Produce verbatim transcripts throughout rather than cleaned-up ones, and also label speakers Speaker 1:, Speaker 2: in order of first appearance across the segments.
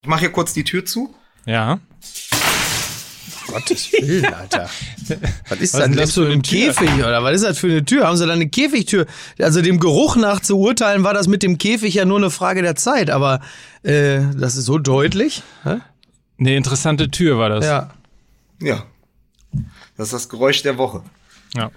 Speaker 1: Ich mache hier kurz die Tür zu.
Speaker 2: Ja.
Speaker 3: Gottes Willen, Alter. Was ist das? Lebst du im Käfig oder was ist das für eine Tür? Haben sie da eine Käfigtür? Also dem Geruch nach zu urteilen, war das mit dem Käfig ja nur eine Frage der Zeit, aber äh, das ist so deutlich. Hä?
Speaker 2: Eine interessante Tür war das.
Speaker 3: Ja.
Speaker 1: Ja. Das ist das Geräusch der Woche.
Speaker 2: Ja.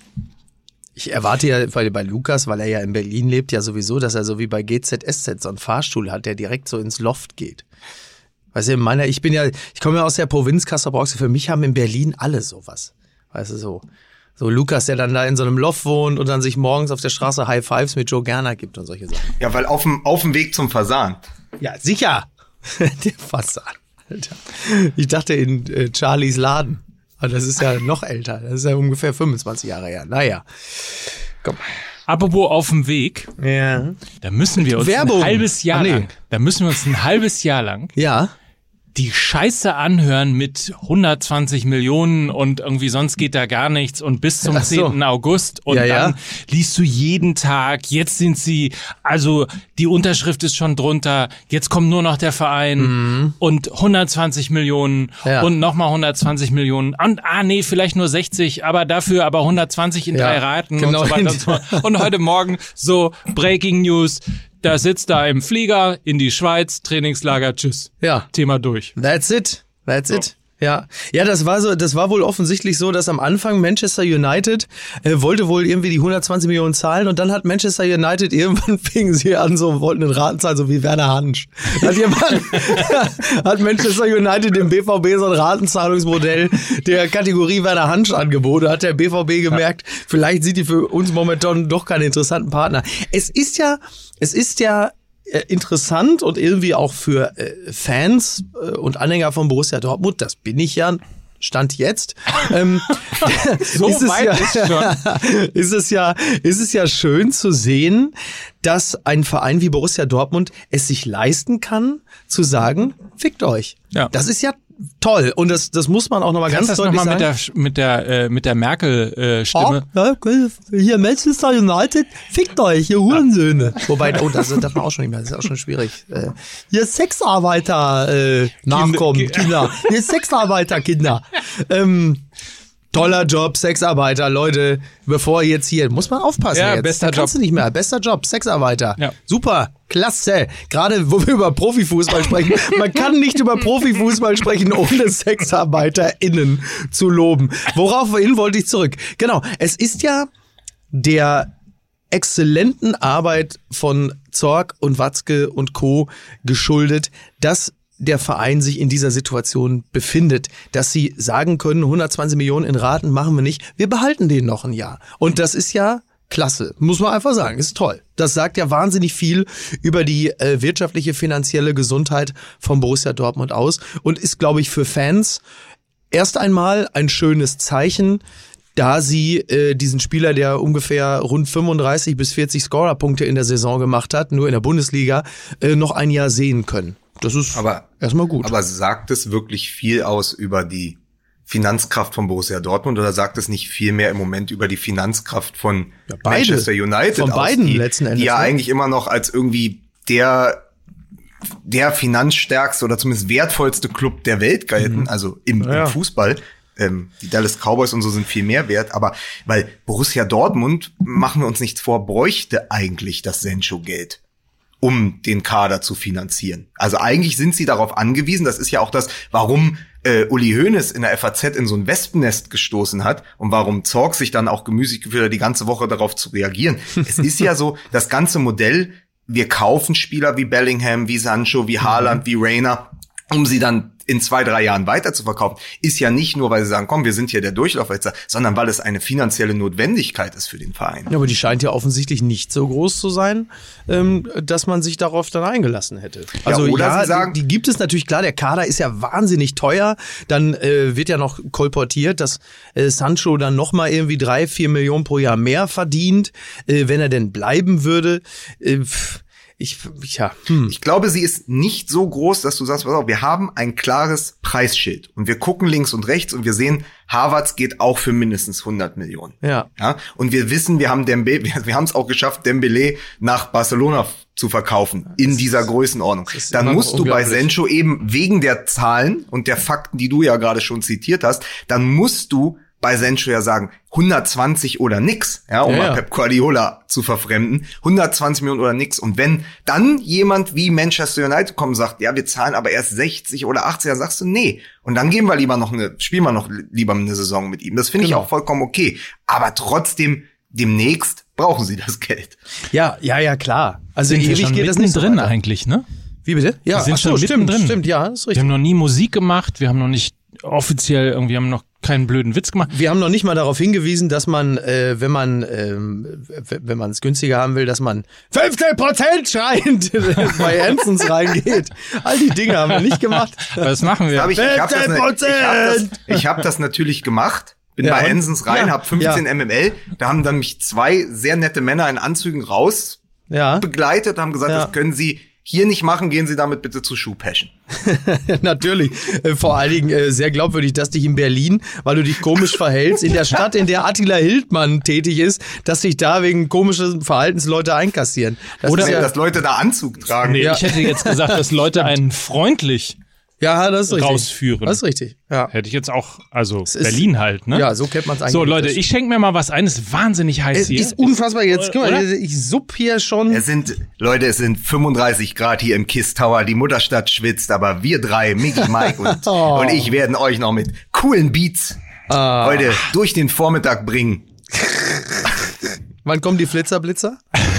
Speaker 3: Ich erwarte ja weil bei Lukas, weil er ja in Berlin lebt, ja sowieso, dass er so wie bei G Z S Z so einen Fahrstuhl hat, der direkt so ins Loft geht. Weißt du, in meiner, ich bin ja, ich komme ja aus der Provinz Kassel-Brauxel, für mich haben in Berlin alle sowas. Weißt du, so. So Lukas, der dann da in so einem Loft wohnt und dann sich morgens auf der Straße High Fives mit Joe Gerner gibt und solche Sachen.
Speaker 1: Ja, weil auf dem, auf dem Weg zum Fasan.
Speaker 3: Ja, sicher. Der Fasan, Alter. Ich dachte in äh, Charlies Laden. Aber das ist ja noch älter. Das ist ja ungefähr fünfundzwanzig Jahre her. Naja. Komm.
Speaker 2: Apropos auf dem Weg.
Speaker 3: Ja.
Speaker 2: Da müssen wir uns
Speaker 3: Werbung.
Speaker 2: ein halbes Jahr
Speaker 3: Ah, nee.
Speaker 2: lang, da müssen wir uns ein halbes Jahr lang
Speaker 3: Ja.
Speaker 2: die Scheiße anhören mit hundertzwanzig Millionen und irgendwie sonst geht da gar nichts und bis zum
Speaker 3: Ach so.
Speaker 2: zehnten August und
Speaker 3: Ja, ja.
Speaker 2: dann liest du jeden Tag, jetzt sind sie, also die Unterschrift ist schon drunter, jetzt kommt nur noch der Verein
Speaker 3: Mhm.
Speaker 2: und hundertzwanzig Millionen
Speaker 3: Ja.
Speaker 2: und nochmal hundertzwanzig Millionen und ah nee, vielleicht nur sechzig, aber dafür aber hundertzwanzig in
Speaker 3: Ja,
Speaker 2: drei Raten
Speaker 3: genau.
Speaker 2: und so weiter und so fort. Und heute Morgen so Breaking News, da sitzt da im Flieger in die Schweiz, Trainingslager, tschüss.
Speaker 3: Ja.
Speaker 2: Thema durch.
Speaker 3: That's it. That's
Speaker 2: So.
Speaker 3: it. Ja, ja, das war so, das war wohl offensichtlich so, dass am Anfang Manchester United äh, wollte wohl irgendwie die hundertzwanzig Millionen zahlen und dann hat Manchester United irgendwann fingen sie an, so wollten einen Raten zahlen, so wie Werner Hansch. Hat jemand, hat Manchester United dem B V B so ein Ratenzahlungsmodell der Kategorie Werner Hansch angeboten, hat der B V B gemerkt, ja. Vielleicht sind die für uns momentan doch keine interessanten Partner. Es ist ja, es ist ja interessant und irgendwie auch für äh, Fans äh, und Anhänger von Borussia Dortmund, das bin ich ja, Stand jetzt, ähm,
Speaker 2: so
Speaker 3: ist, es
Speaker 2: weit
Speaker 3: ja,
Speaker 2: ist schon.
Speaker 3: ist es ja, ist es ja schön zu sehen, dass ein Verein wie Borussia Dortmund es sich leisten kann, zu sagen, fickt euch.
Speaker 2: Ja.
Speaker 3: Das ist ja toll und das, das muss man auch nochmal ganz
Speaker 2: Kannst du das
Speaker 3: deutlich
Speaker 2: nochmal
Speaker 3: sagen.
Speaker 2: mit der, mit der, äh, mit der Merkel-Stimme?
Speaker 3: Oh, ja, hier Manchester United, fickt euch, ihr Hurensöhne. Wobei, oh, das darf man auch schon nicht mehr, das ist auch schon schwierig. Äh, hier Sexarbeiter äh, nachkommen,
Speaker 2: Kinder.
Speaker 3: Kinder. Hier Sexarbeiter, Kinder. Ähm, toller Job, Sexarbeiter, Leute, bevor jetzt hier, muss man aufpassen
Speaker 2: Ja,
Speaker 3: jetzt.
Speaker 2: bester
Speaker 3: Da kannst
Speaker 2: Job.
Speaker 3: du nicht mehr, bester Job, Sexarbeiter.
Speaker 2: Ja.
Speaker 3: Super, klasse. Gerade wo wir über Profifußball sprechen, man kann nicht über Profifußball sprechen, ohne SexarbeiterInnen zu loben. Woraufhin wollte ich zurück? Genau, es ist ja der exzellenten Arbeit von Zorc und Watzke und Co. geschuldet, dass der Verein sich in dieser Situation befindet, dass sie sagen können, hundertzwanzig Millionen in Raten machen wir nicht, wir behalten den noch ein Jahr. Und das ist ja klasse, muss man einfach sagen, ist toll. Das sagt ja wahnsinnig viel über die äh, wirtschaftliche, finanzielle Gesundheit von Borussia Dortmund aus und ist, glaube ich, für Fans erst einmal ein schönes Zeichen, da sie äh, diesen Spieler, der ungefähr rund fünfunddreißig bis vierzig Scorerpunkte in der Saison gemacht hat, nur in der Bundesliga, äh, noch ein Jahr sehen können. Das ist
Speaker 1: aber,
Speaker 3: erstmal gut.
Speaker 1: Aber sagt es wirklich viel aus über die Finanzkraft von Borussia Dortmund oder sagt es nicht viel mehr im Moment über die Finanzkraft von
Speaker 3: ja, beide.
Speaker 1: Manchester United
Speaker 3: von
Speaker 1: aus,
Speaker 3: beiden
Speaker 1: die,
Speaker 3: letzten Endes,
Speaker 1: die ja
Speaker 3: ne?
Speaker 1: eigentlich immer noch als irgendwie der der finanzstärkste oder zumindest wertvollste Club der Welt gelten, mhm. also im,
Speaker 3: ja.
Speaker 1: im Fußball. Ähm, die Dallas Cowboys und so sind viel mehr wert, aber weil Borussia Dortmund, machen wir uns nichts vor, bräuchte eigentlich das Sancho-Geld, um den Kader zu finanzieren. Also eigentlich sind sie darauf angewiesen, das ist ja auch das, warum äh, Uli Hoeneß in der F A Z in so ein Wespennest gestoßen hat und warum Zorc sich dann auch gemüßigt gefühlt hat, die ganze Woche darauf zu reagieren. Es ist ja so, das ganze Modell, wir kaufen Spieler wie Bellingham, wie Sancho, wie Haaland, wie Reina, um sie dann in zwei, drei Jahren weiter zu verkaufen, ist ja nicht nur, weil sie sagen, komm, wir sind hier der Durchlaufwälzer, sondern weil es eine finanzielle Notwendigkeit ist für den Verein.
Speaker 3: Ja, aber die scheint ja offensichtlich nicht so groß zu sein, ähm, dass man sich darauf dann eingelassen hätte. Also
Speaker 1: ja, oder
Speaker 3: ja,
Speaker 1: sie sagen,
Speaker 3: die, die gibt es natürlich, klar, der Kader ist ja wahnsinnig teuer, dann äh, wird ja noch kolportiert, dass äh, Sancho dann nochmal irgendwie drei, vier Millionen pro Jahr mehr verdient, äh, wenn er denn bleiben würde. Äh, pff. Ich, ja. Hm.
Speaker 1: Ich glaube, sie ist nicht so groß, dass du sagst, pass auf, wir haben ein klares Preisschild und wir gucken links und rechts und wir sehen, Harvards geht auch für mindestens hundert Millionen.
Speaker 3: Ja.
Speaker 1: Ja. Und wir wissen, wir haben Dembele, wir, wir haben es auch geschafft, Dembele nach Barcelona zu verkaufen in dieser Größenordnung. Dann musst du bei Sancho eben wegen der Zahlen und der Fakten, die du ja gerade schon zitiert hast, dann musst du bei Sancho ja sagen, hundertzwanzig oder nix, ja, um
Speaker 3: ja,
Speaker 1: mal
Speaker 3: ja.
Speaker 1: Pep Guardiola zu verfremden, hundertzwanzig Millionen oder nix. Und wenn dann jemand wie Manchester United kommt und sagt, ja, wir zahlen aber erst sechzig oder achtzig, dann sagst du, nee. Und dann gehen wir lieber noch eine, spielen wir noch lieber eine Saison mit ihm. Das finde
Speaker 3: Genau.
Speaker 1: ich auch vollkommen okay. Aber trotzdem, demnächst brauchen sie das Geld.
Speaker 3: Ja, ja, ja, klar. Also
Speaker 2: Sind wir
Speaker 3: ewig
Speaker 2: schon
Speaker 3: geht das nicht so
Speaker 2: drin
Speaker 3: weiter.
Speaker 2: eigentlich, ne?
Speaker 3: Wie bitte? Ja,
Speaker 2: Wir sind
Speaker 3: ach so,
Speaker 2: schon
Speaker 3: stimmt,
Speaker 2: mittendrin.
Speaker 3: stimmt, ja, ist
Speaker 2: Wir
Speaker 3: richtig.
Speaker 2: haben noch nie Musik gemacht, wir haben noch nicht offiziell irgendwie, haben noch keinen blöden Witz gemacht.
Speaker 3: Wir haben noch nicht mal darauf hingewiesen, dass man, äh, wenn man, ähm, w- wenn man es günstiger haben will, dass man fünfzehn Prozent schreiend bei Hansons reingeht. All die Dinge haben wir nicht gemacht.
Speaker 2: Was machen wir?
Speaker 1: Hab ich ich habe das, ne- ich hab das, ich hab das natürlich gemacht. Bin
Speaker 3: Ja,
Speaker 1: bei
Speaker 3: und?
Speaker 1: Hansons rein,
Speaker 3: Ja,
Speaker 1: hab fünfzehn
Speaker 3: ja.
Speaker 1: M M L. Da haben dann mich zwei sehr nette Männer in Anzügen raus
Speaker 3: Ja,
Speaker 1: begleitet, haben gesagt,
Speaker 3: Ja.
Speaker 1: das können Sie hier nicht machen, gehen Sie damit bitte zu Schuh Passion.
Speaker 3: natürlich. Äh, vor allen Dingen äh, sehr glaubwürdig, dass dich in Berlin, weil du dich komisch verhältst, in der Stadt, in der Attila Hildmann tätig ist, dass sich da wegen komischen Verhaltens Leute einkassieren. Das
Speaker 2: Oder-
Speaker 3: ist ja,
Speaker 1: Dass Leute da Anzug tragen.
Speaker 2: Nee,
Speaker 3: Ja.
Speaker 2: ich hätte jetzt gesagt, dass Leute einen freundlich
Speaker 3: ja, das ist richtig.
Speaker 2: rausführen.
Speaker 3: Das ist richtig. Ja.
Speaker 2: Hätte ich jetzt auch, also
Speaker 3: ist-
Speaker 2: Berlin halt, ne?
Speaker 3: Ja, so kennt man es eigentlich.
Speaker 2: So, Leute,
Speaker 3: Das-
Speaker 2: ich schenke mir mal was ein. Es ist wahnsinnig heiß
Speaker 3: Es
Speaker 2: hier.
Speaker 3: ist unfassbar jetzt. Guck mal,
Speaker 2: Oder?
Speaker 3: ich supp hier schon.
Speaker 1: Es sind, Leute, es sind fünfunddreißig Grad hier im Kiss Tower. Die Mutterstadt schwitzt, aber wir drei, Micky, Mike und,
Speaker 3: Oh.
Speaker 1: und ich werden euch noch mit coolen Beats
Speaker 3: Ah.
Speaker 1: heute durch den Vormittag bringen.
Speaker 3: Wann kommen die Flitzerblitzer?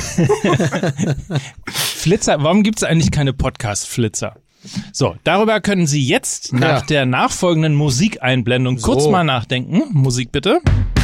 Speaker 2: Flitzer, warum gibt es eigentlich keine Podcast-Flitzer? So, darüber können Sie jetzt nach
Speaker 3: Ja.
Speaker 2: der nachfolgenden Musikeinblendung kurz
Speaker 3: So.
Speaker 2: mal nachdenken. Musik bitte.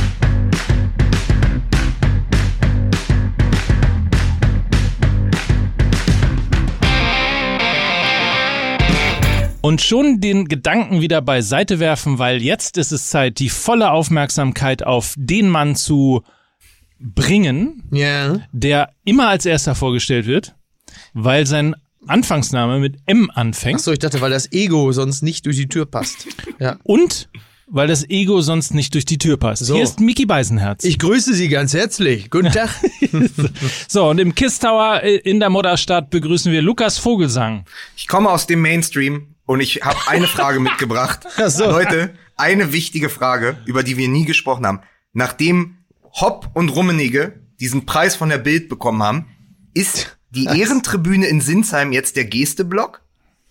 Speaker 2: Und schon den Gedanken wieder beiseite werfen, weil jetzt ist es Zeit, die volle Aufmerksamkeit auf den Mann zu bringen,
Speaker 3: Ja.
Speaker 2: der immer als erster vorgestellt wird, weil sein Anfangsname mit M anfängt
Speaker 3: Achso, ich dachte, weil das Ego sonst nicht durch die Tür passt. Ja.
Speaker 2: und weil das Ego sonst nicht durch die Tür passt.
Speaker 3: So.
Speaker 2: Hier ist Micky Beisenherz.
Speaker 3: Ich grüße Sie ganz herzlich. Guten Tag.
Speaker 2: So, und im Kiss Tower in der Mutterstadt begrüßen wir Lukas Vogelsang.
Speaker 1: Ich komme aus dem Mainstream und ich habe eine Frage mitgebracht.
Speaker 3: Ach so.
Speaker 1: Leute, eine wichtige Frage, über die wir nie gesprochen haben. Nachdem Hopp und Rummenigge diesen Preis von der Bild bekommen haben, ist die Ehrentribüne in Sinsheim jetzt der Gesteblock?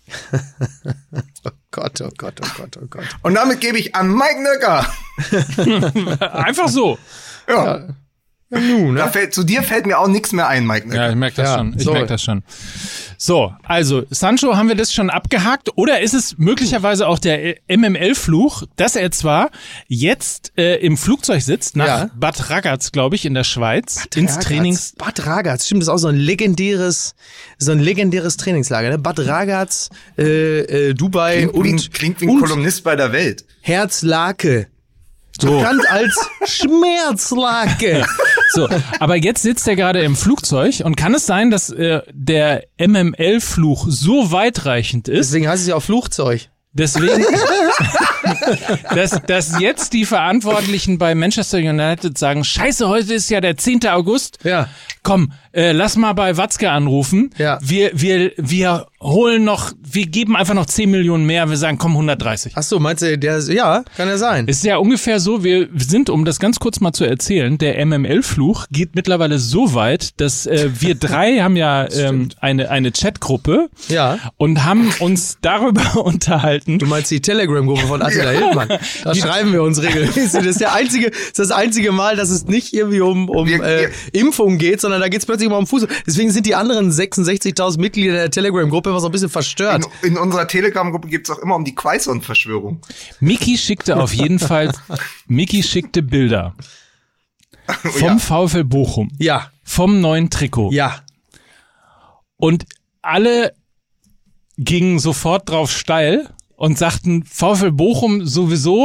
Speaker 3: Oh Gott, oh Gott, oh Gott, oh Gott.
Speaker 1: Und damit gebe ich an Mike Nöcker.
Speaker 2: Einfach so.
Speaker 1: Ja.
Speaker 3: Ja, nun,
Speaker 1: Da
Speaker 3: ne?
Speaker 1: fällt, zu dir fällt mir auch nichts mehr ein, Mike Nöcker.
Speaker 2: Ja, ich merke das
Speaker 3: Ja,
Speaker 2: schon. Ich
Speaker 3: so.
Speaker 2: merke das schon. So, also Sancho, haben wir das schon abgehakt? Oder ist es möglicherweise auch der M M L-Fluch, dass er zwar jetzt äh, im Flugzeug sitzt, nach
Speaker 3: Ja.
Speaker 2: Bad Ragaz, glaube ich, in der Schweiz, ins
Speaker 3: Ragaz.
Speaker 2: Trainings...
Speaker 3: Bad Ragaz, stimmt, das ist auch so ein legendäres, so ein legendäres Trainingslager, ne? Bad Ragaz, äh, äh, Dubai
Speaker 1: Klingt, wie, ein-
Speaker 3: und,
Speaker 1: klingt wie ein
Speaker 3: und
Speaker 1: Kolumnist bei der Welt.
Speaker 3: Herzlake.
Speaker 2: So.
Speaker 3: Bekannt als Schmerzlake.
Speaker 2: So, aber jetzt sitzt er gerade im Flugzeug und kann es sein, dass äh, der M M L-Fluch so weitreichend ist,
Speaker 3: Deswegen heißt es ja auch Flugzeug.
Speaker 2: deswegen, dass, dass jetzt die Verantwortlichen bei Manchester United sagen, scheiße, heute ist ja der zehnte August.
Speaker 3: Ja.
Speaker 2: Komm, äh, lass mal bei Watzke anrufen.
Speaker 3: Ja.
Speaker 2: Wir, wir, wir holen noch, wir geben einfach noch zehn Millionen mehr. Wir sagen, komm, hundertdreißig.
Speaker 3: Ach so, meinst du, der, ja, kann ja sein.
Speaker 2: Es ist ja ungefähr so, wir sind, um das ganz kurz mal zu erzählen, der M M L-Fluch geht mittlerweile so weit, dass äh, wir drei haben ja ähm, eine, eine Chatgruppe
Speaker 3: Ja.
Speaker 2: und haben uns darüber unterhalten.
Speaker 3: Du meinst die Telegram-Gruppe von Attila Hildmann. Da schreiben wir uns regelmäßig. Das ist der einzige, das ist das einzige Mal, dass es nicht irgendwie um, um
Speaker 1: Wir-
Speaker 3: äh,
Speaker 1: wir-
Speaker 3: Impfung geht, sondern da geht es plötzlich mal um Fußball. Deswegen sind die anderen sechsundsechzigtausend Mitglieder der Telegram-Gruppe immer so ein bisschen verstört.
Speaker 1: In, in unserer Telegram-Gruppe geht's auch immer um die Quaison-Verschwörung.
Speaker 2: Miki schickte auf jeden Fall, Miki schickte Bilder vom
Speaker 1: Ja.
Speaker 2: VfL Bochum,
Speaker 3: Ja,
Speaker 2: vom neuen Trikot.
Speaker 3: ja.
Speaker 2: Und alle gingen sofort drauf steil und sagten, VfL Bochum sowieso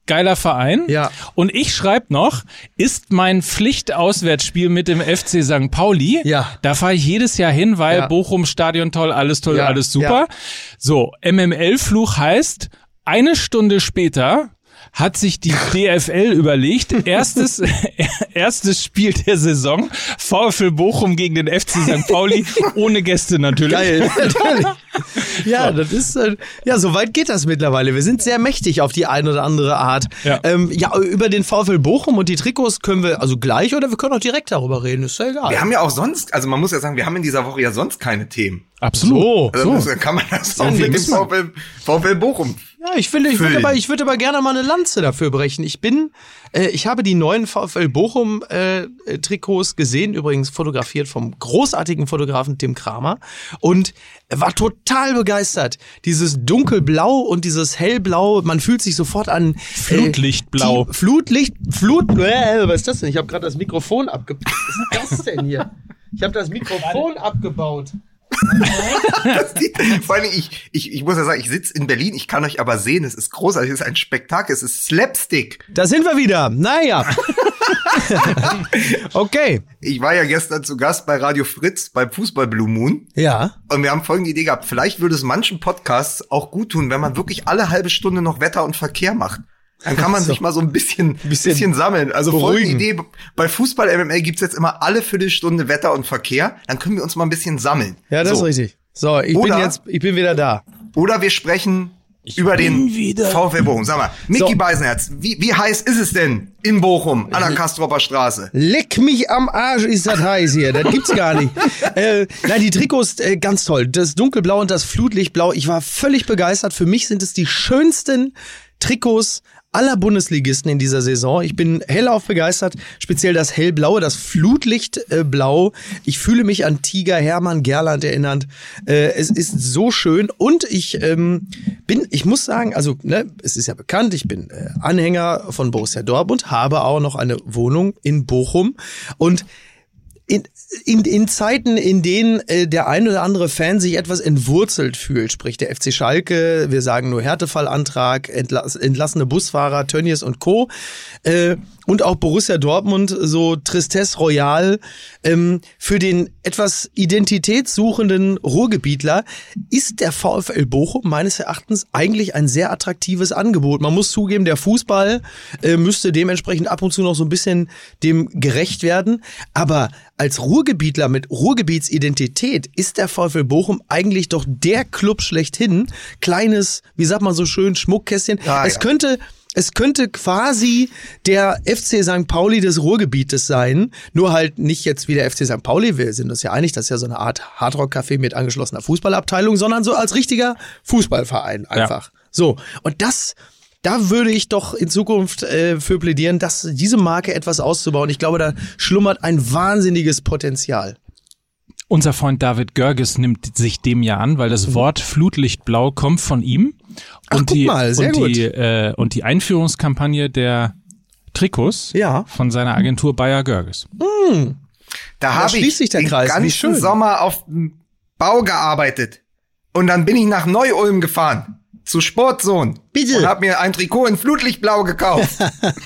Speaker 2: geiler Verein.
Speaker 3: Ja.
Speaker 2: Und ich schreibe noch, ist mein Pflichtauswärtsspiel mit dem F C Sankt Pauli.
Speaker 3: Ja.
Speaker 2: Da fahre ich jedes Jahr hin, weil
Speaker 3: Ja.
Speaker 2: Bochum, Stadion toll, alles toll,
Speaker 3: Ja.
Speaker 2: alles super.
Speaker 3: Ja.
Speaker 2: So, M M L-Fluch heißt, eine Stunde später hat sich die D F L überlegt, erstes, erstes Spiel der Saison, VfL Bochum gegen den F C Sankt Pauli, ohne Gäste natürlich.
Speaker 3: Geil, natürlich. Ja, das ist, äh, ja, so weit geht das mittlerweile. Wir sind sehr mächtig auf die eine oder andere Art.
Speaker 2: Ja.
Speaker 3: Ähm, ja, über den VfL Bochum und die Trikots können wir also gleich oder wir können auch direkt darüber reden, ist ja egal.
Speaker 1: Wir haben ja auch sonst, also man muss ja sagen, wir haben in dieser Woche ja sonst keine Themen.
Speaker 2: Absolut.
Speaker 1: Also
Speaker 2: So.
Speaker 1: das kann man das auch
Speaker 2: Ja, wie
Speaker 1: mit dem
Speaker 2: muss man-
Speaker 1: VfL, VfL Bochum.
Speaker 3: Ja, ich finde, ich würde
Speaker 1: Füllen.
Speaker 3: aber, ich würde aber gerne mal eine Lanze dafür brechen. Ich bin, äh, ich habe die neuen VfL Bochum äh, Trikots gesehen, übrigens fotografiert vom großartigen Fotografen Tim Kramer und war total begeistert. Dieses dunkelblau und dieses hellblau, man fühlt sich sofort an äh,
Speaker 2: Flutlichtblau.
Speaker 3: die- Flutlicht, Flut, äh, was ist das denn? Ich habe gerade das Mikrofon abgebaut. Was ist das denn hier? Ich habe das Mikrofon abgebaut.
Speaker 1: Das die, vor allem, ich, ich, ich muss ja sagen, ich sitze in Berlin, ich kann euch aber sehen, es ist großartig, es ist ein Spektakel, es ist Slapstick.
Speaker 3: Da sind wir wieder. Naja. Okay.
Speaker 1: Ich war ja gestern zu Gast bei Radio Fritz beim Fußball Blue Moon.
Speaker 3: Ja.
Speaker 1: Und wir haben folgende Idee gehabt. Vielleicht würde es manchen Podcasts auch gut tun, wenn man wirklich alle halbe Stunde noch Wetter und Verkehr macht. Dann kann man
Speaker 3: So.
Speaker 1: sich mal so ein bisschen,
Speaker 3: Bisschen
Speaker 1: bisschen, sammeln. Also
Speaker 3: beruhigen.
Speaker 1: folgende Idee. Bei Fußball M M L gibt's jetzt immer alle Viertelstunde Wetter und Verkehr. Dann können wir uns mal ein bisschen sammeln.
Speaker 3: Ja, das
Speaker 1: so.
Speaker 3: ist richtig. So, ich
Speaker 1: Oder-
Speaker 3: bin jetzt, ich bin wieder da.
Speaker 1: Oder wir sprechen über den VfL Bochum. Sag mal, Micky
Speaker 3: So.
Speaker 1: Beisenherz, wie, wie heiß ist es denn in Bochum an der Kastropper Straße?
Speaker 3: Leck mich am Arsch, ist das heiß hier. Das gibt's gar nicht. äh, nein, die Trikots, äh, ganz toll. Das Dunkelblau und das Flutlichtblau. Ich war völlig begeistert. Für mich sind es die schönsten Trikots aller Bundesligisten in dieser Saison. Ich bin hellauf begeistert, speziell das hellblaue, das Flutlichtblau. Ich fühle mich an Tiger Hermann Gerland erinnert. Äh, es ist so schön und ich ähm, bin, ich muss sagen, also ne, es ist ja bekannt, ich bin äh, Anhänger von Borussia Dortmund, habe auch noch eine Wohnung in Bochum und In, in, in Zeiten, in denen äh, der ein oder andere Fan sich etwas entwurzelt fühlt, sprich der F C Schalke, wir sagen nur Härtefallantrag, entlass, entlassene Busfahrer, Tönnies und Co. Äh, und auch Borussia Dortmund, so Tristesse Royale, ähm, für den etwas identitätssuchenden Ruhrgebietler ist der VfL Bochum meines Erachtens eigentlich ein sehr attraktives Angebot. Man muss zugeben, der Fußball äh, müsste dementsprechend ab und zu noch so ein bisschen dem gerecht werden, aber als Ruhrgebietler mit Ruhrgebietsidentität ist der VfL Bochum eigentlich doch der Club schlechthin. Kleines, wie sagt man so schön, Schmuckkästchen.
Speaker 1: Ah,
Speaker 3: es
Speaker 1: ja.
Speaker 3: könnte, es könnte quasi der F C Sankt Pauli des Ruhrgebietes sein. Nur halt nicht jetzt wie der F C Sankt Pauli. Wir sind uns ja einig, das ist ja so eine Art Hardrock-Café mit angeschlossener Fußballabteilung, sondern so als richtiger Fußballverein einfach. So. Und das, da würde ich doch in Zukunft äh, für plädieren, dass diese Marke etwas auszubauen. Ich glaube, da schlummert ein wahnsinniges Potenzial.
Speaker 2: Unser Freund David Görges nimmt sich dem ja an, weil das Wort Flutlichtblau kommt von ihm.
Speaker 3: Ach,
Speaker 2: und
Speaker 3: guck
Speaker 2: die,
Speaker 3: mal, sehr
Speaker 2: und
Speaker 3: gut.
Speaker 2: die, äh, und die Einführungskampagne der Trikots
Speaker 3: Ja.
Speaker 2: von seiner Agentur Bayer Görges.
Speaker 1: Da habe
Speaker 3: schließt
Speaker 1: ich
Speaker 3: sich der
Speaker 1: den
Speaker 3: Kreis. Wie
Speaker 1: ganzen
Speaker 3: schön.
Speaker 1: Sommer auf dem Bau gearbeitet. Und dann bin ich nach Neu-Ulm gefahren. Zu Sportzone.
Speaker 3: Bitte.
Speaker 1: Und hab mir ein Trikot in Flutlichtblau gekauft.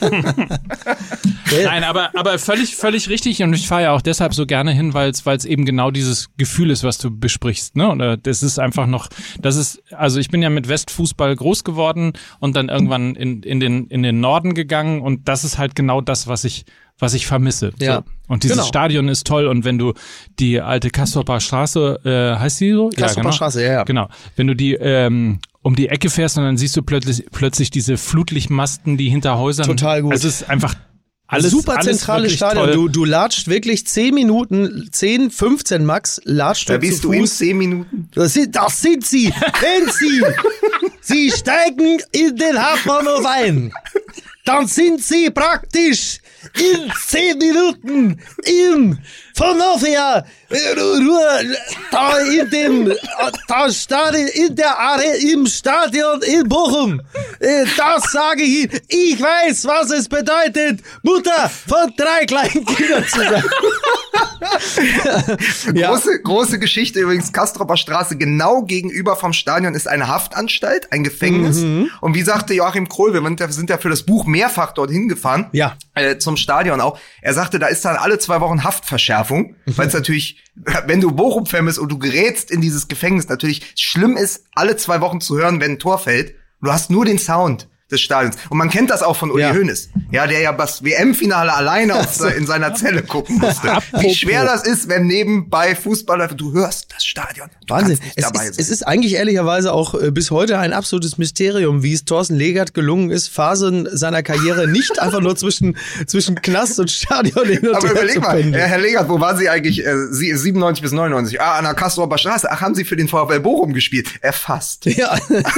Speaker 2: Nein, aber, aber völlig, völlig richtig. Und ich fahre ja auch deshalb so gerne hin, weil es, weil es eben genau dieses Gefühl ist, was du besprichst, ne? Oder das ist einfach noch, das ist, also ich bin ja mit Westfußball groß geworden und dann irgendwann in, in den, in den Norden gegangen und das ist halt genau das, was ich, was ich vermisse.
Speaker 3: Ja.
Speaker 2: So. Und dieses
Speaker 3: Genau.
Speaker 2: Stadion ist toll und wenn du die alte Kastropper Straße, äh, heißt die so?
Speaker 3: Kastropper Straße, ja, ja.
Speaker 2: Genau. Wenn du die, ähm, um die Ecke fährst und dann siehst du plötzlich, plötzlich diese Flutlichtmasten, die hinter Häusern.
Speaker 3: Total gut.
Speaker 2: Also es ist einfach alles,
Speaker 3: Super
Speaker 2: alles
Speaker 3: zentrales
Speaker 2: wirklich
Speaker 3: Stadion.
Speaker 2: toll.
Speaker 3: Du, du latscht wirklich zehn Minuten, zehn, fünfzehn Max, latscht
Speaker 1: Da
Speaker 3: du
Speaker 1: bist
Speaker 3: zu
Speaker 1: du in
Speaker 3: Fuß.
Speaker 1: zehn Minuten.
Speaker 3: Das sind, das sind sie, wenn sie, sie steigen in den Hauptbahnhof ein. Dann sind sie praktisch in zehn Minuten im Vonovia, da in dem, da Stadion, in der Are, im Stadion in Bochum. Das sage ich Ihnen. Ich weiß, was es bedeutet, Mutter von drei kleinen Kindern zu sein.
Speaker 1: Ja. Große, große Geschichte übrigens, Kastropper Straße, genau gegenüber vom Stadion ist eine Haftanstalt, ein Gefängnis. Mhm. Und wie sagte Joachim Kroll, wir sind ja für das Buch mehrfach dorthin gefahren,
Speaker 3: ja.
Speaker 1: äh, zum Stadion auch. Er sagte, da ist dann alle zwei Wochen Haftverschärfung, mhm. weil es natürlich, wenn du Bochum-Fan bist und du gerätst in dieses Gefängnis, natürlich schlimm ist, alle zwei Wochen zu hören, wenn ein Tor fällt. Du hast nur den Sound des Stadions. Und man kennt das auch von Uli ja. Hoeneß. Ja, der ja das W M-Finale alleine auf, in seiner Zelle gucken musste. Wie schwer das ist, wenn nebenbei Fußballer, du hörst das Stadion.
Speaker 3: Wahnsinn. Es ist, es ist eigentlich ehrlicherweise auch äh, bis heute ein absolutes Mysterium, wie es Thorsten Legert gelungen ist, Phasen seiner Karriere nicht einfach nur zwischen, zwischen Knast und Stadion hin und
Speaker 1: Aber
Speaker 3: her
Speaker 1: überleg
Speaker 3: zu
Speaker 1: mal,
Speaker 3: pendeln.
Speaker 1: Herr Legert, wo waren Sie eigentlich äh, siebenundneunzig bis neunundneunzig? Ah, an der Kastropper Straße. Ach, haben Sie für den VfL Bochum gespielt? Erfasst.
Speaker 3: Ja.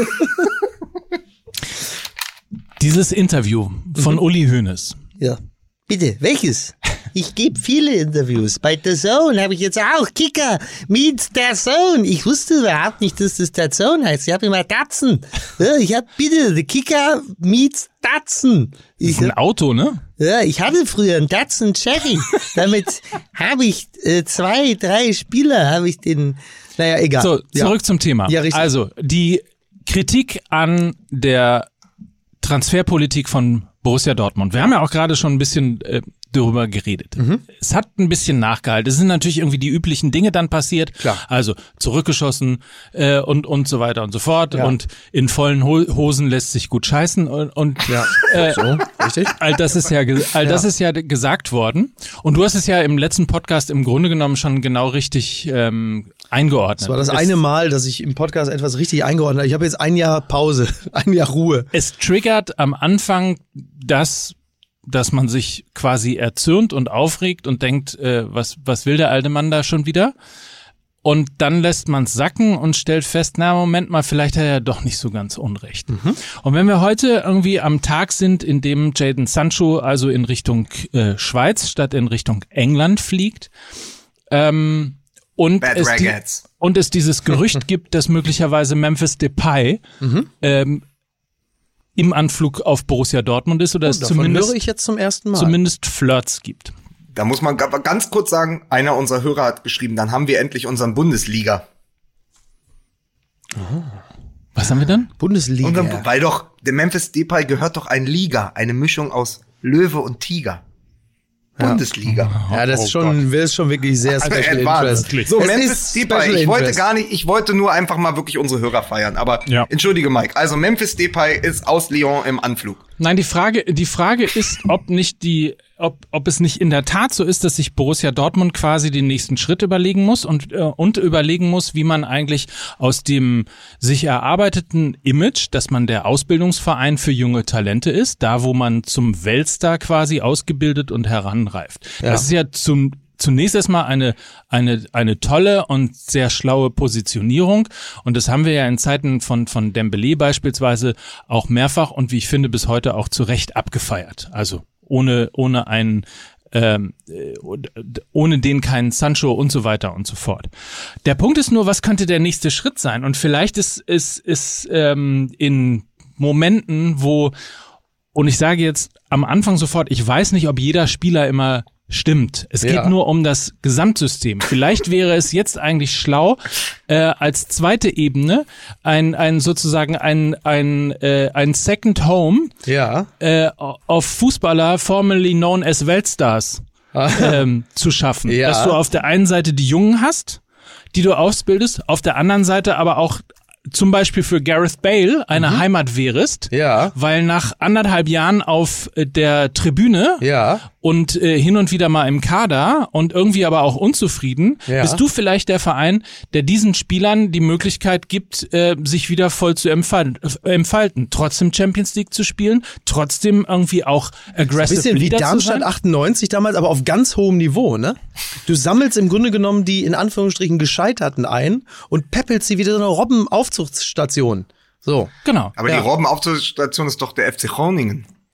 Speaker 2: Dieses Interview von mhm. Uli Hoeneß.
Speaker 4: Ja. Bitte, welches? Ich gebe viele Interviews. Bei The Zone habe ich jetzt auch Kicker meets The Zone. Ich wusste überhaupt nicht, dass das The Zone heißt. Ich habe immer Datsun. Ja, ich habe bitte The Kicker meets Datsun.
Speaker 2: Ich, das ist ein Auto, ne?
Speaker 4: Ja, ich hatte früher einen Datsun Cherry. Damit habe ich äh, zwei, drei Spieler, habe ich den.
Speaker 3: Naja, egal.
Speaker 2: So, zurück
Speaker 3: ja.
Speaker 2: zum Thema.
Speaker 3: Ja, richtig.
Speaker 2: Also, die Kritik an der Transferpolitik von Borussia Dortmund. Wir haben ja auch gerade schon ein bisschen äh, darüber geredet. Mhm. Es hat ein bisschen nachgehalten. Es sind natürlich irgendwie die üblichen Dinge dann passiert.
Speaker 3: Klar.
Speaker 2: Also zurückgeschossen äh, und und so weiter und so fort.
Speaker 3: Ja.
Speaker 2: Und in vollen Ho- Hosen lässt sich gut scheißen. Und, und
Speaker 3: ja.
Speaker 2: äh,
Speaker 3: so, richtig.
Speaker 2: All das ist ja, ge- all das
Speaker 3: ja.
Speaker 2: ist ja gesagt worden. Und du hast es ja im letzten Podcast im Grunde genommen schon genau richtig ähm, eingeordnet.
Speaker 3: Das war das eine Mal, dass ich im Podcast etwas richtig eingeordnet habe. Ich habe jetzt ein Jahr Pause, ein Jahr Ruhe.
Speaker 2: Es triggert am Anfang das, dass man sich quasi erzürnt und aufregt und denkt, äh, was, was will der alte Mann da schon wieder? Und dann lässt man es sacken und stellt fest, na Moment mal, vielleicht hat er ja doch nicht so ganz unrecht. Mhm. Und wenn wir heute irgendwie am Tag sind, in dem Jadon Sancho also in Richtung äh, Schweiz statt in Richtung England fliegt, ähm, und es, die, und es dieses Gerücht gibt, dass möglicherweise Memphis Depay mhm. ähm, im Anflug auf Borussia Dortmund ist oder
Speaker 3: oh,
Speaker 2: es zumindest,
Speaker 3: höre ich jetzt zum ersten Mal.
Speaker 2: zumindest Flirts gibt.
Speaker 1: Da muss man ganz kurz sagen, einer unserer Hörer hat geschrieben, dann haben wir endlich unseren Bundesliga.
Speaker 2: Oh. Was haben wir dann?
Speaker 3: Bundesliga.
Speaker 1: Und dann, weil doch, der Memphis Depay gehört doch ein Liga, eine Mischung aus Löwe und Tiger.
Speaker 3: Ja.
Speaker 1: Bundesliga.
Speaker 3: Ja, das
Speaker 1: oh
Speaker 3: ist schon, das ist schon wirklich sehr special interest.
Speaker 1: So,
Speaker 3: es
Speaker 1: Memphis Depay, ich wollte gar nicht, ich wollte nur einfach mal wirklich unsere Hörer feiern, aber ja. Entschuldige Mike, also Memphis Depay ist aus Lyon im Anflug.
Speaker 2: Nein, die Frage, die Frage ist, ob nicht die, ob, ob es nicht in der Tat so ist, dass sich Borussia Dortmund quasi den nächsten Schritt überlegen muss und, äh, und überlegen muss, wie man eigentlich aus dem sich erarbeiteten Image, dass man der Ausbildungsverein für junge Talente ist, da wo man zum Weltstar quasi ausgebildet und heranreift. Ja. Das ist ja zum, Zunächst erstmal eine, eine, eine tolle und sehr schlaue Positionierung. Und das haben wir ja in Zeiten von, von Dembélé beispielsweise auch mehrfach und wie ich finde bis heute auch zu Recht abgefeiert. Also ohne, ohne einen, ähm, ohne den keinen Sancho und so weiter und so fort. Der Punkt ist nur, was könnte der nächste Schritt sein? Und vielleicht ist, ist, ist, ähm, in Momenten, wo, und ich sage jetzt am Anfang sofort, ich weiß nicht, ob jeder Spieler immer stimmt. Es geht ja. nur um das Gesamtsystem. Vielleicht wäre es jetzt eigentlich schlau, äh, als zweite Ebene ein, ein sozusagen ein, ein, äh, ein Second Home
Speaker 3: ja.
Speaker 2: äh, auf Fußballer, formerly known as Weltstars, ähm, zu schaffen.
Speaker 3: Ja.
Speaker 2: Dass du auf der einen Seite die Jungen hast, die du ausbildest, auf der anderen Seite aber auch zum Beispiel für Gareth Bale eine mhm. Heimat wärest,
Speaker 3: ja.
Speaker 2: weil nach anderthalb Jahren auf der Tribüne
Speaker 3: ja.
Speaker 2: und äh, hin und wieder mal im Kader und irgendwie aber auch unzufrieden,
Speaker 3: ja.
Speaker 2: bist du vielleicht der Verein, der diesen Spielern die Möglichkeit gibt, äh, sich wieder voll zu empfalten, äh, entfalten, trotzdem Champions League zu spielen, trotzdem irgendwie auch aggressive
Speaker 3: Leader zu sein. Ein bisschen wie Darmstadt achtundneunzig damals, aber auf ganz hohem Niveau, ne? Du sammelst im Grunde genommen die in Anführungsstrichen Gescheiterten ein und peppelst sie wieder so eine Robbenaufzuchtsstation. So.
Speaker 2: Genau.
Speaker 1: Aber
Speaker 3: ja.
Speaker 1: die Robbenaufzuchtsstation ist doch der F C Groningen.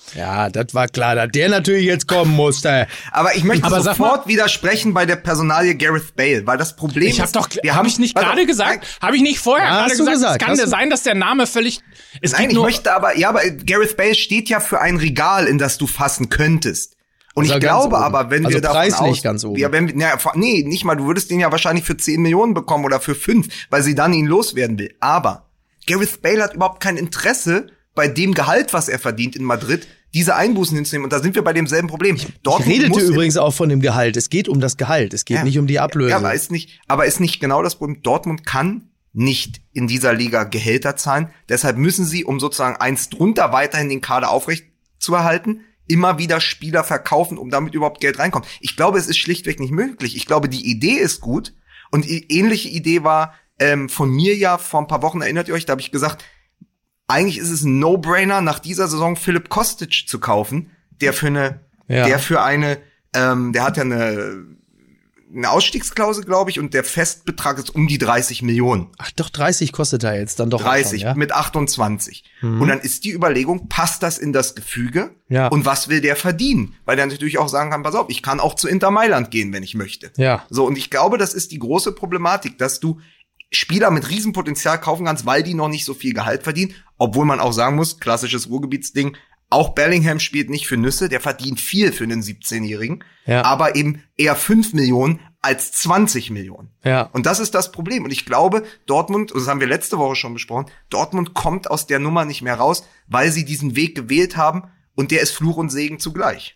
Speaker 3: Ja, das war klar, dass der natürlich jetzt kommen musste.
Speaker 1: Aber ich möchte
Speaker 2: Aber
Speaker 1: sofort widersprechen bei der Personalie Gareth Bale, weil das Problem
Speaker 2: Ich hab
Speaker 1: ist,
Speaker 2: doch,
Speaker 1: wir
Speaker 2: hab
Speaker 1: haben
Speaker 2: ich nicht
Speaker 1: warte,
Speaker 2: gerade gesagt? Habe ich nicht vorher
Speaker 3: Ja,
Speaker 2: gerade
Speaker 3: hast du
Speaker 2: gesagt?
Speaker 3: gesagt,
Speaker 2: Es kann
Speaker 3: hast
Speaker 2: ja
Speaker 3: du-
Speaker 2: sein, dass der Name völlig, es
Speaker 1: Nein,
Speaker 2: geht
Speaker 1: ich
Speaker 2: nur,
Speaker 1: möchte aber, ja, aber Gareth Bale steht ja für ein Regal, in das du fassen könntest. Und
Speaker 3: Also
Speaker 1: ich
Speaker 3: ganz
Speaker 1: glaube
Speaker 3: oben.
Speaker 1: aber, wenn
Speaker 3: Also
Speaker 1: wir davon
Speaker 3: preislich
Speaker 1: aus,
Speaker 3: ganz oben.
Speaker 1: Ja, wenn, wir- na, nee, nicht mal, du würdest den ja wahrscheinlich für zehn Millionen bekommen oder für fünf, weil sie dann ihn loswerden will. Aber Gareth Bale hat überhaupt kein Interesse, bei dem Gehalt, was er verdient in Madrid, diese Einbußen hinzunehmen. Und da sind wir bei demselben Problem.
Speaker 3: Ich
Speaker 1: Dortmund
Speaker 3: redete
Speaker 1: muss
Speaker 3: übrigens auch von dem Gehalt. Es geht um das Gehalt. Es geht
Speaker 1: Ja.
Speaker 3: nicht um die Ablöse.
Speaker 1: Ja, aber ist nicht, aber ist nicht genau das Problem. Dortmund kann nicht in dieser Liga Gehälter zahlen. Deshalb müssen sie, um sozusagen eins drunter weiterhin den Kader aufrecht zu erhalten, immer wieder Spieler verkaufen, um damit überhaupt Geld reinkommt. Ich glaube, es ist schlichtweg nicht möglich. Ich glaube, die Idee ist gut. Und die ähnliche Idee war ähm, von mir ja vor ein paar Wochen, erinnert ihr euch, da habe ich gesagt, eigentlich ist es ein No-Brainer, nach dieser Saison Philipp Kostic zu kaufen, der für eine,
Speaker 3: Ja.
Speaker 1: der für eine, ähm, der hat ja eine, eine Ausstiegsklausel, glaube ich, und der Festbetrag ist um die dreißig Millionen.
Speaker 3: Ach doch, dreißig kostet er jetzt dann doch.
Speaker 1: dreißig
Speaker 3: Schon, ja?
Speaker 1: mit achtundzwanzig. Und dann ist die Überlegung, passt das in das Gefüge?
Speaker 3: Ja.
Speaker 1: Und was will der verdienen? Weil der natürlich auch sagen kann, pass auf, ich kann auch zu Inter Mailand gehen, wenn ich möchte.
Speaker 3: Ja.
Speaker 1: So, und ich glaube, das ist die große Problematik, dass du Spieler mit Riesenpotenzial kaufen kannst, weil die noch nicht so viel Gehalt verdienen. Obwohl man auch sagen muss, klassisches Ruhrgebietsding, auch Bellingham spielt nicht für Nüsse, der verdient viel für einen siebzehnjährigen,
Speaker 3: Ja.
Speaker 1: aber eben eher fünf Millionen als zwanzig Millionen.
Speaker 3: Ja.
Speaker 1: Und das ist das Problem. Und ich glaube, Dortmund, und das haben wir letzte Woche schon besprochen, Dortmund kommt aus der Nummer nicht mehr raus, weil sie diesen Weg gewählt haben und der ist Fluch und Segen zugleich.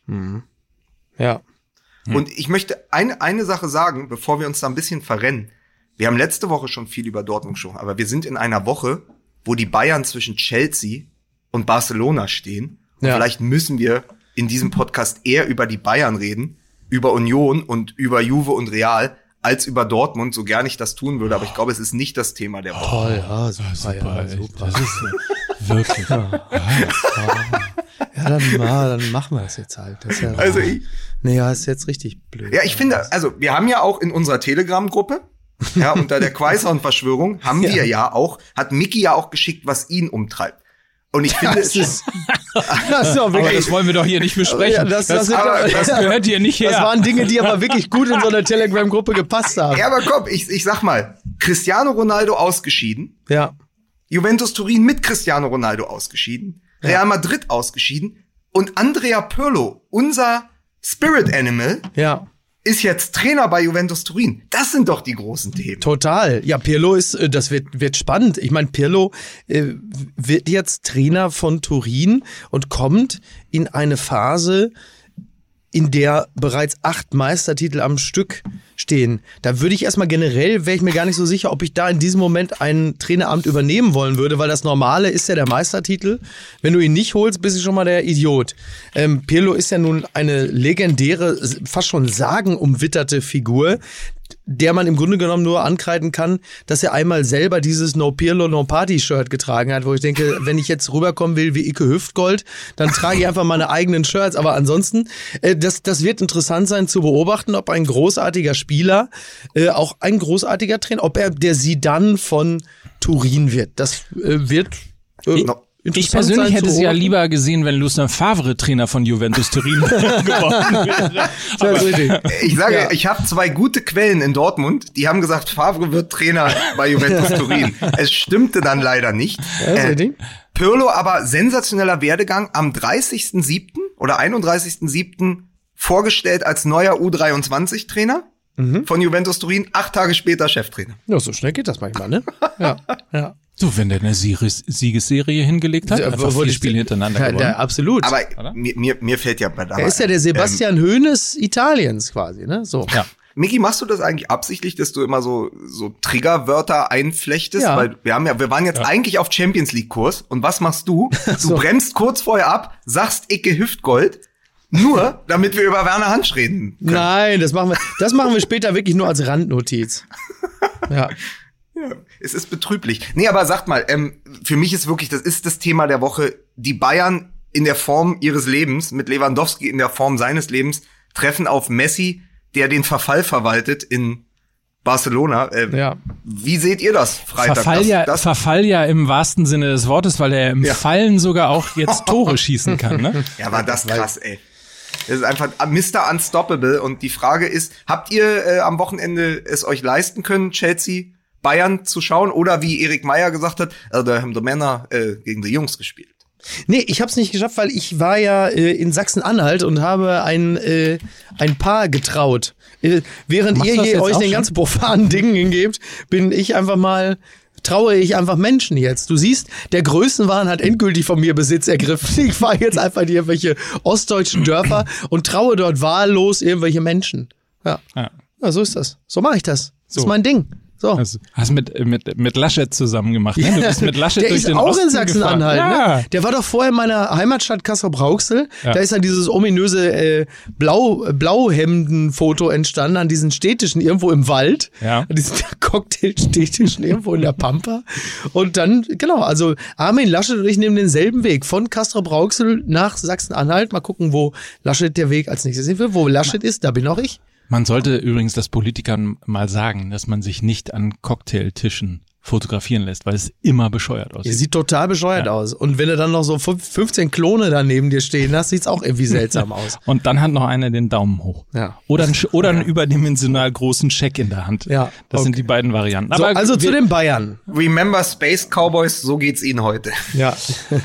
Speaker 3: Ja.
Speaker 1: Und ich möchte eine, eine Sache sagen, bevor wir uns da ein bisschen verrennen. Wir haben letzte Woche schon viel über Dortmund gesprochen, aber wir sind in einer Woche, wo die Bayern zwischen Chelsea und Barcelona stehen. Und
Speaker 3: Ja.
Speaker 1: vielleicht müssen wir in diesem Podcast eher über die Bayern reden, über Union und über Juve und Real, als über Dortmund, so gern ich das tun würde. Aber ich glaube, es ist nicht das Thema der Woche.
Speaker 3: Toll, ja, super,
Speaker 2: super,
Speaker 3: ja,
Speaker 2: echt.
Speaker 3: super.
Speaker 2: Das ist äh, wirklich.
Speaker 3: Ja, dann, ja, dann machen wir das jetzt halt. Das ist ja,
Speaker 1: Also ich,
Speaker 3: nee, ja, ist jetzt richtig blöd.
Speaker 1: ja, ich finde, also wir haben ja auch in unserer Telegram-Gruppe, ja, unter der Quaisauern-Verschwörung haben
Speaker 3: Ja.
Speaker 1: wir ja auch, hat Micky ja auch geschickt, was ihn umtreibt. Und ich finde,
Speaker 3: Das
Speaker 1: es
Speaker 3: ist, das ist auch
Speaker 2: Aber
Speaker 3: wirklich,
Speaker 2: das wollen wir doch hier nicht besprechen.
Speaker 3: Ja, das-
Speaker 2: das,
Speaker 3: das-
Speaker 2: das, das gehört hier nicht her.
Speaker 3: das waren Dinge, die aber wirklich gut in so einer Telegram-Gruppe gepasst haben.
Speaker 1: ja, aber komm, ich, ich sag mal, Cristiano Ronaldo ausgeschieden,
Speaker 3: Ja.
Speaker 1: Juventus Turin mit Cristiano Ronaldo ausgeschieden, Real Madrid ausgeschieden und Andrea Pirlo, unser Spirit Animal,
Speaker 3: Ja.
Speaker 1: ist jetzt Trainer bei Juventus Turin. Das sind doch die großen Themen.
Speaker 3: Total. Ja, Pirlo ist, äh, das wird, wird spannend. Ich meine, Pirlo äh, wird jetzt Trainer von Turin und kommt in eine Phase, in der bereits acht Meistertitel am Stück stehen. Da würde ich erstmal generell, wäre ich mir gar nicht so sicher, ob ich da in diesem Moment ein Traineramt übernehmen wollen würde, weil das Normale ist ja der Meistertitel. Wenn du ihn nicht holst, bist du schon mal der Idiot. Ähm, Pirlo ist ja nun eine legendäre, fast schon sagenumwitterte Figur, der man im Grunde genommen nur ankreiden kann, dass er einmal selber dieses No Pirlo, No Party Shirt getragen hat, wo ich denke, wenn ich jetzt rüberkommen will wie Icke Hüftgold, dann trage ich einfach meine eigenen Shirts. Aber ansonsten, äh, das, das wird interessant sein zu beobachten, ob ein großartiger Spieler äh, auch ein großartiger Trainer, ob er der Zidane von Turin wird. Das äh, wird äh,
Speaker 1: No.
Speaker 2: Ich
Speaker 3: interessant
Speaker 2: persönlich
Speaker 3: sein
Speaker 2: hätte
Speaker 3: zu
Speaker 2: es ja
Speaker 3: beobachten.
Speaker 2: lieber gesehen, wenn Lucien Favre Trainer von Juventus Turin geworden wäre.
Speaker 3: Das ist richtig.
Speaker 1: Ich sage,
Speaker 3: Ja.
Speaker 1: ich habe zwei gute Quellen in Dortmund, die haben gesagt, Favre wird Trainer bei Juventus Turin. Es stimmte dann leider nicht.
Speaker 3: Ja, das ist richtig.
Speaker 1: Pirlo aber sensationeller Werdegang am dreißigsten siebten oder einunddreißigsten siebten vorgestellt als neuer U dreiundzwanzig Trainer von Juventus Turin, acht Tage später Cheftrainer.
Speaker 3: Ja, so schnell geht das manchmal, ne? Ja, ja.
Speaker 2: So, wenn der eine Sieges Siegesserie hingelegt hat, einfach vier Spiele hintereinander
Speaker 3: ja,
Speaker 2: gewonnen.
Speaker 3: der, absolut.
Speaker 1: Aber
Speaker 2: Oder?
Speaker 1: mir, mir, mir fällt ja bei
Speaker 3: er ist ja der Sebastian Hoeneß Italiens quasi, ne? So.
Speaker 2: Ja.
Speaker 1: Micky, machst du das eigentlich absichtlich, dass du immer so so Triggerwörter einflechtest?
Speaker 3: Ja.
Speaker 1: Weil wir haben ja, wir waren jetzt eigentlich auf Champions League Kurs und was machst du? Du
Speaker 3: So.
Speaker 1: bremst kurz vorher ab, sagst Icke Hüftgold, nur damit wir über Werner Hansch reden können.
Speaker 3: Nein, das machen wir, das machen wir später wirklich nur als Randnotiz. Ja.
Speaker 1: Ja, es ist betrüblich. Nee, aber sagt mal, ähm, für mich ist wirklich, das ist das Thema der Woche, die Bayern in der Form ihres Lebens, mit Lewandowski in der Form seines Lebens, treffen auf Messi, der den Verfall verwaltet in Barcelona. Äh,
Speaker 3: Ja.
Speaker 1: Wie seht ihr das Freitag?
Speaker 2: Verfall,
Speaker 1: das,
Speaker 2: ja,
Speaker 1: das,
Speaker 2: Verfall ja im wahrsten Sinne des Wortes, weil er im
Speaker 1: Ja.
Speaker 2: Fallen sogar auch jetzt Tore schießen kann. Ne?
Speaker 1: ja, war das krass, ey. Das ist einfach Mister Unstoppable. Und die Frage ist, habt ihr äh, am Wochenende es euch leisten können, Chelsea, Bayern zu schauen? Oder wie Erik Meyer gesagt hat, also da haben die Männer äh, gegen die Jungs gespielt.
Speaker 3: Nee, ich hab's nicht geschafft, weil ich war ja äh, in Sachsen-Anhalt und habe ein, äh, ein Paar getraut. Äh, während
Speaker 2: Machst
Speaker 3: ihr
Speaker 2: du das
Speaker 3: hier
Speaker 2: jetzt
Speaker 3: euch
Speaker 2: auch
Speaker 3: den
Speaker 2: schon?
Speaker 3: ganzen profanen Dingen hingebt, bin ich einfach mal, traue ich einfach Menschen jetzt. Du siehst, der Größenwahn hat endgültig von mir Besitz ergriffen. Ich fahre jetzt einfach in irgendwelche ostdeutschen Dörfer und traue dort wahllos irgendwelche Menschen. Ja,
Speaker 2: Ja.
Speaker 3: ja so ist das. So mache ich das. Das
Speaker 2: So.
Speaker 3: ist mein Ding. So.
Speaker 2: Also, hast mit, mit, mit Laschet zusammen gemacht, ne? Du bist mit Laschet
Speaker 3: der
Speaker 2: durch
Speaker 3: ist
Speaker 2: den
Speaker 3: auch
Speaker 2: Osten
Speaker 3: in Sachsen-Anhalt.
Speaker 2: gefahren.
Speaker 3: Ne? Der war doch vorher in meiner Heimatstadt Kassel-Brauxel.
Speaker 2: Ja.
Speaker 3: Da ist ja dieses ominöse äh, Blau, Blauhemden-Foto entstanden an diesen Städtischen irgendwo im Wald.
Speaker 2: Ja.
Speaker 3: An diesen Cocktail-Städtischen irgendwo in der Pampa. Und dann, genau, also Armin Laschet und ich nehmen denselben Weg von Castrop-Rauxel nach Sachsen-Anhalt. Mal gucken, wo Laschet der Weg als nächstes hin will. Wo Laschet ist, da bin auch ich.
Speaker 2: Man sollte übrigens das Politikern mal sagen, dass man sich nicht an Cocktailtischen fotografieren lässt, weil es immer bescheuert
Speaker 3: Der
Speaker 2: aussieht.
Speaker 3: sieht total bescheuert
Speaker 2: Ja.
Speaker 3: aus. Und wenn du dann noch so fünfzehn Klone da neben dir stehen hast, sieht's auch irgendwie seltsam aus.
Speaker 2: Und dann hat noch einer den Daumen hoch.
Speaker 3: Ja.
Speaker 2: Oder, ein, Sch- oder einen überdimensional großen Scheck in der Hand.
Speaker 3: Ja,
Speaker 2: Das
Speaker 3: okay.
Speaker 2: sind die beiden Varianten.
Speaker 3: So,
Speaker 2: Aber
Speaker 3: also zu
Speaker 2: wir,
Speaker 3: den Bayern.
Speaker 1: Remember Space Cowboys, so geht's ihnen heute.
Speaker 3: Ja.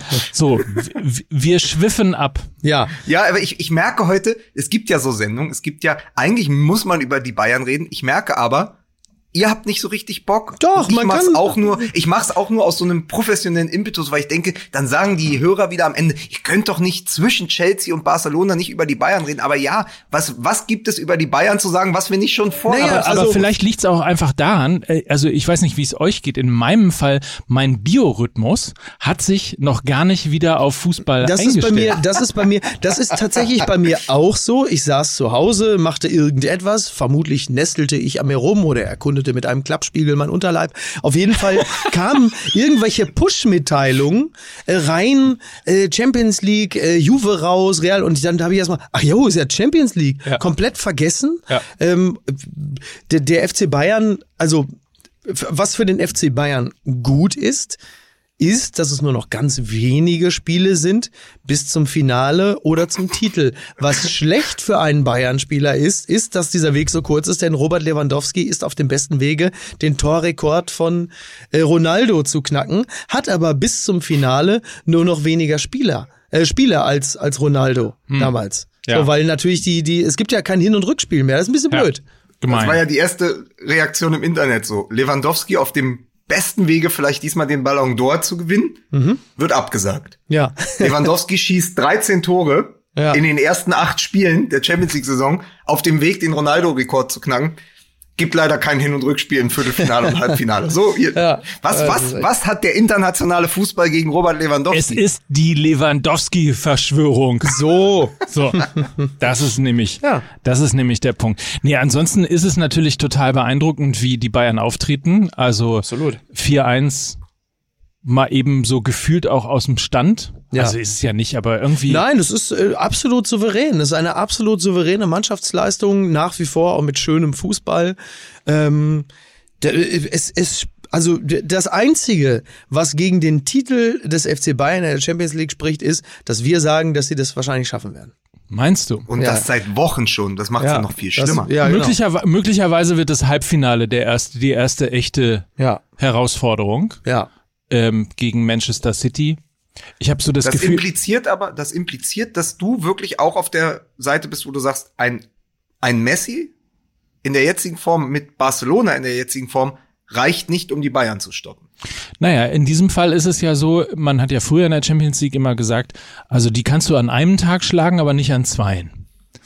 Speaker 2: so, w- wir schwiffen ab.
Speaker 3: Ja.
Speaker 1: Ja, aber ich, ich merke heute, es gibt ja so Sendungen, es gibt ja, eigentlich muss man über die Bayern reden. Ich merke aber, ihr habt nicht so richtig Bock.
Speaker 3: Doch,
Speaker 1: ich
Speaker 3: man
Speaker 1: mach's
Speaker 3: kann-
Speaker 1: auch nur, ich mach's auch nur aus so einem professionellen Impetus, weil ich denke, dann sagen die Hörer wieder am Ende, ihr könnt doch nicht zwischen Chelsea und Barcelona nicht über die Bayern reden. Aber ja, was, was gibt es über die Bayern zu sagen, was wir nicht schon vorher
Speaker 3: Naja,
Speaker 2: Aber,
Speaker 3: also-
Speaker 2: aber vielleicht liegt es auch einfach daran, äh, also ich weiß nicht, wie es euch geht. In meinem Fall, mein Biorhythmus hat sich noch gar nicht wieder auf Fußball
Speaker 3: Das ist
Speaker 2: eingestellt.
Speaker 3: bei mir, das ist bei mir, das ist tatsächlich bei mir auch so. Ich saß zu Hause, machte irgendetwas, vermutlich nestelte ich an mir rum oder erkundete mit einem Klappspiegel mein Unterleib. Auf jeden Fall kamen irgendwelche Push-Mitteilungen äh, rein, äh, Champions League, äh, Juve raus, Real, und dann habe ich erstmal, ach jo, ist ja Champions League,
Speaker 2: Ja.
Speaker 3: komplett vergessen.
Speaker 2: Ja.
Speaker 3: Ähm, der, der F C Bayern, also f- was für den F C Bayern gut ist, ist, dass es nur noch ganz wenige Spiele sind bis zum Finale oder zum Titel. Was schlecht für einen Bayern-Spieler ist, ist, dass dieser Weg so kurz ist, denn Robert Lewandowski ist auf dem besten Wege, den Torrekord von äh, Ronaldo zu knacken, hat aber bis zum Finale nur noch weniger Spieler, äh, Spieler als als Ronaldo damals.
Speaker 2: Ja.
Speaker 3: So, weil natürlich die die es gibt ja kein Hin- und Rückspiel mehr. Das ist ein bisschen
Speaker 2: Ja.
Speaker 3: blöd.
Speaker 2: Gemein.
Speaker 1: Das war ja die erste Reaktion im Internet so. Lewandowski auf dem besten Wege, vielleicht diesmal den Ballon d'Or zu gewinnen, wird abgesagt.
Speaker 3: Ja.
Speaker 1: Lewandowski schießt dreizehn Tore
Speaker 3: Ja.
Speaker 1: in den ersten acht Spielen der Champions League-Saison auf dem Weg, den Ronaldo-Rekord zu knacken. Gibt leider kein Hin- und Rückspiel im Viertelfinale und Halbfinale. So, ihr,
Speaker 3: Ja.
Speaker 1: was,
Speaker 3: Ja, das
Speaker 1: was,
Speaker 3: ist echt-
Speaker 1: was hat der internationale Fußball gegen Robert
Speaker 2: es
Speaker 1: Lewandowski?
Speaker 2: ist die Lewandowski-Verschwörung.
Speaker 3: So.
Speaker 2: So, das ist nämlich,
Speaker 3: Ja.
Speaker 2: das ist nämlich der Punkt. Nee, ansonsten ist es natürlich total beeindruckend, wie die Bayern auftreten. Also
Speaker 3: Absolut.
Speaker 2: vier eins mal eben so gefühlt auch aus dem Stand.
Speaker 3: Ja.
Speaker 2: Also ist es ja nicht, aber irgendwie.
Speaker 3: Nein, es ist äh, absolut souverän. Es ist eine absolut souveräne Mannschaftsleistung, nach wie vor auch mit schönem Fußball. Ähm, der, es, es, also d- das Einzige, was gegen den Titel des F C Bayern in der Champions League spricht, ist, dass wir sagen, dass sie das wahrscheinlich schaffen werden.
Speaker 2: Meinst du?
Speaker 1: Und
Speaker 3: Ja.
Speaker 1: das seit Wochen schon. Das macht es ja, noch viel
Speaker 3: das-
Speaker 1: schlimmer.
Speaker 3: Ja, genau.
Speaker 2: Möglicherweise, möglicherweise wird das Halbfinale der erste, die erste echte
Speaker 3: Ja,
Speaker 2: Herausforderung
Speaker 3: ja.
Speaker 2: ähm, gegen Manchester City. Ich habe so das,
Speaker 1: Das
Speaker 2: Gefühl.
Speaker 1: impliziert aber, das impliziert, dass du wirklich auch auf der Seite bist, wo du sagst, ein, ein Messi in der jetzigen Form mit Barcelona in der jetzigen Form reicht nicht, um die Bayern zu stoppen.
Speaker 2: Naja, in diesem Fall ist es ja so, man hat ja früher in der Champions League immer gesagt, also die kannst du an einem Tag schlagen, aber nicht an zweien.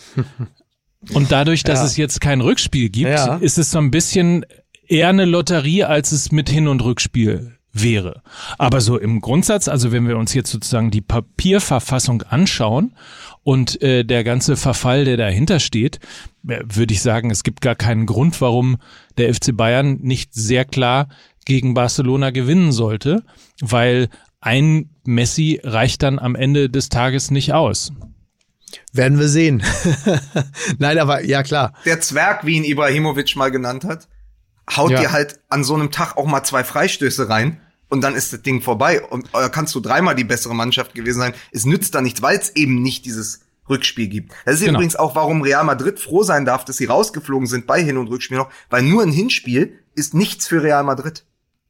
Speaker 2: Und dadurch, dass
Speaker 3: Ja.
Speaker 2: es jetzt kein Rückspiel gibt,
Speaker 3: Ja.
Speaker 2: ist es so ein bisschen eher eine Lotterie, als es mit Hin- und Rückspiel wäre. Aber so im Grundsatz, also wenn wir uns jetzt sozusagen die Papierverfassung anschauen und äh, der ganze Verfall, der dahinter steht, äh, würde ich sagen, es gibt gar keinen Grund, warum der F C Bayern nicht sehr klar gegen Barcelona gewinnen sollte, weil ein Messi reicht dann am Ende des Tages nicht aus.
Speaker 3: Werden wir sehen. Nein, aber ja klar.
Speaker 1: Der Zwerg, wie ihn Ibrahimovic mal genannt hat, haut
Speaker 3: Ja.
Speaker 1: dir halt an so einem Tag auch mal zwei Freistöße rein und dann ist das Ding vorbei. Und äh, kannst du dreimal die bessere Mannschaft gewesen sein. Es nützt da nichts, weil es eben nicht dieses Rückspiel gibt. Das ist
Speaker 2: Genau.
Speaker 1: übrigens auch, warum Real Madrid froh sein darf, dass sie rausgeflogen sind bei Hin- und Rückspiel noch, weil nur ein Hinspiel ist nichts für Real Madrid.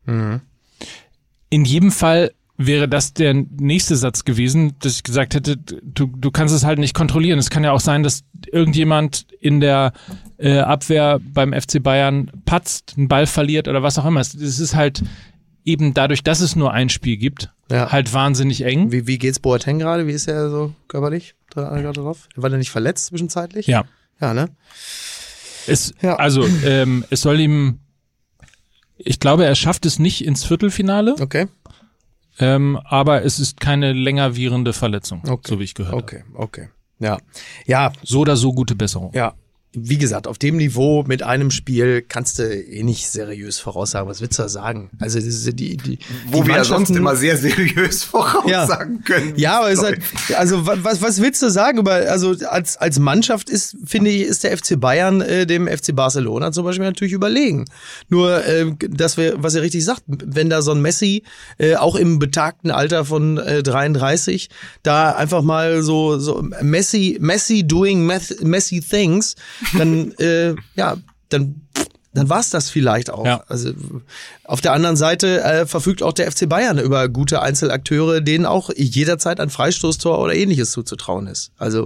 Speaker 2: In jedem Fall wäre das der nächste Satz gewesen, dass ich gesagt hätte, du, du kannst es halt nicht kontrollieren. Es kann ja auch sein, dass irgendjemand in der äh, Abwehr beim F C Bayern patzt, einen Ball verliert oder was auch immer. Es es ist halt eben dadurch, dass es nur ein Spiel gibt,
Speaker 3: Ja.
Speaker 2: halt wahnsinnig eng.
Speaker 3: Wie, wie geht's Boateng gerade? Wie ist er so körperlich gerade drauf? War der nicht verletzt zwischenzeitlich?
Speaker 2: Ja.
Speaker 3: Ja, ne?
Speaker 2: Es,
Speaker 3: Ja.
Speaker 2: Also, ähm, es soll ihm, ich glaube, er schafft es nicht ins Viertelfinale,
Speaker 3: Okay.
Speaker 2: ähm, aber es ist keine länger währende Verletzung,
Speaker 3: Okay.
Speaker 2: so wie ich gehört habe.
Speaker 3: Okay, okay. Ja. Ja,
Speaker 2: So oder so gute Besserung.
Speaker 3: ja. Wie gesagt, auf dem Niveau mit einem Spiel kannst du eh nicht seriös voraussagen. Was willst du da sagen? Also das ist die, die,
Speaker 1: Wo
Speaker 3: die
Speaker 1: wir ja sonst
Speaker 3: Mannschaften-
Speaker 1: immer sehr seriös voraussagen können.
Speaker 3: Ja, aber
Speaker 1: wie
Speaker 3: es ist
Speaker 1: es
Speaker 3: halt, also wa- was, was willst du sagen über, also als, als Mannschaft ist, finde ich, ist der F C Bayern äh, dem F C Barcelona zum Beispiel natürlich überlegen. Nur, äh, dass wir, was ihr richtig sagt, wenn da so ein Messi, äh, auch im betagten Alter von äh, dreiunddreißig, da einfach mal so, so Messi, Messi doing meth, messy things, dann, äh, ja, dann, dann war's das vielleicht auch.
Speaker 2: Ja.
Speaker 3: Also auf der anderen Seite äh, verfügt auch der F C Bayern über gute Einzelakteure, denen auch jederzeit ein Freistoßtor oder ähnliches zuzutrauen ist. Also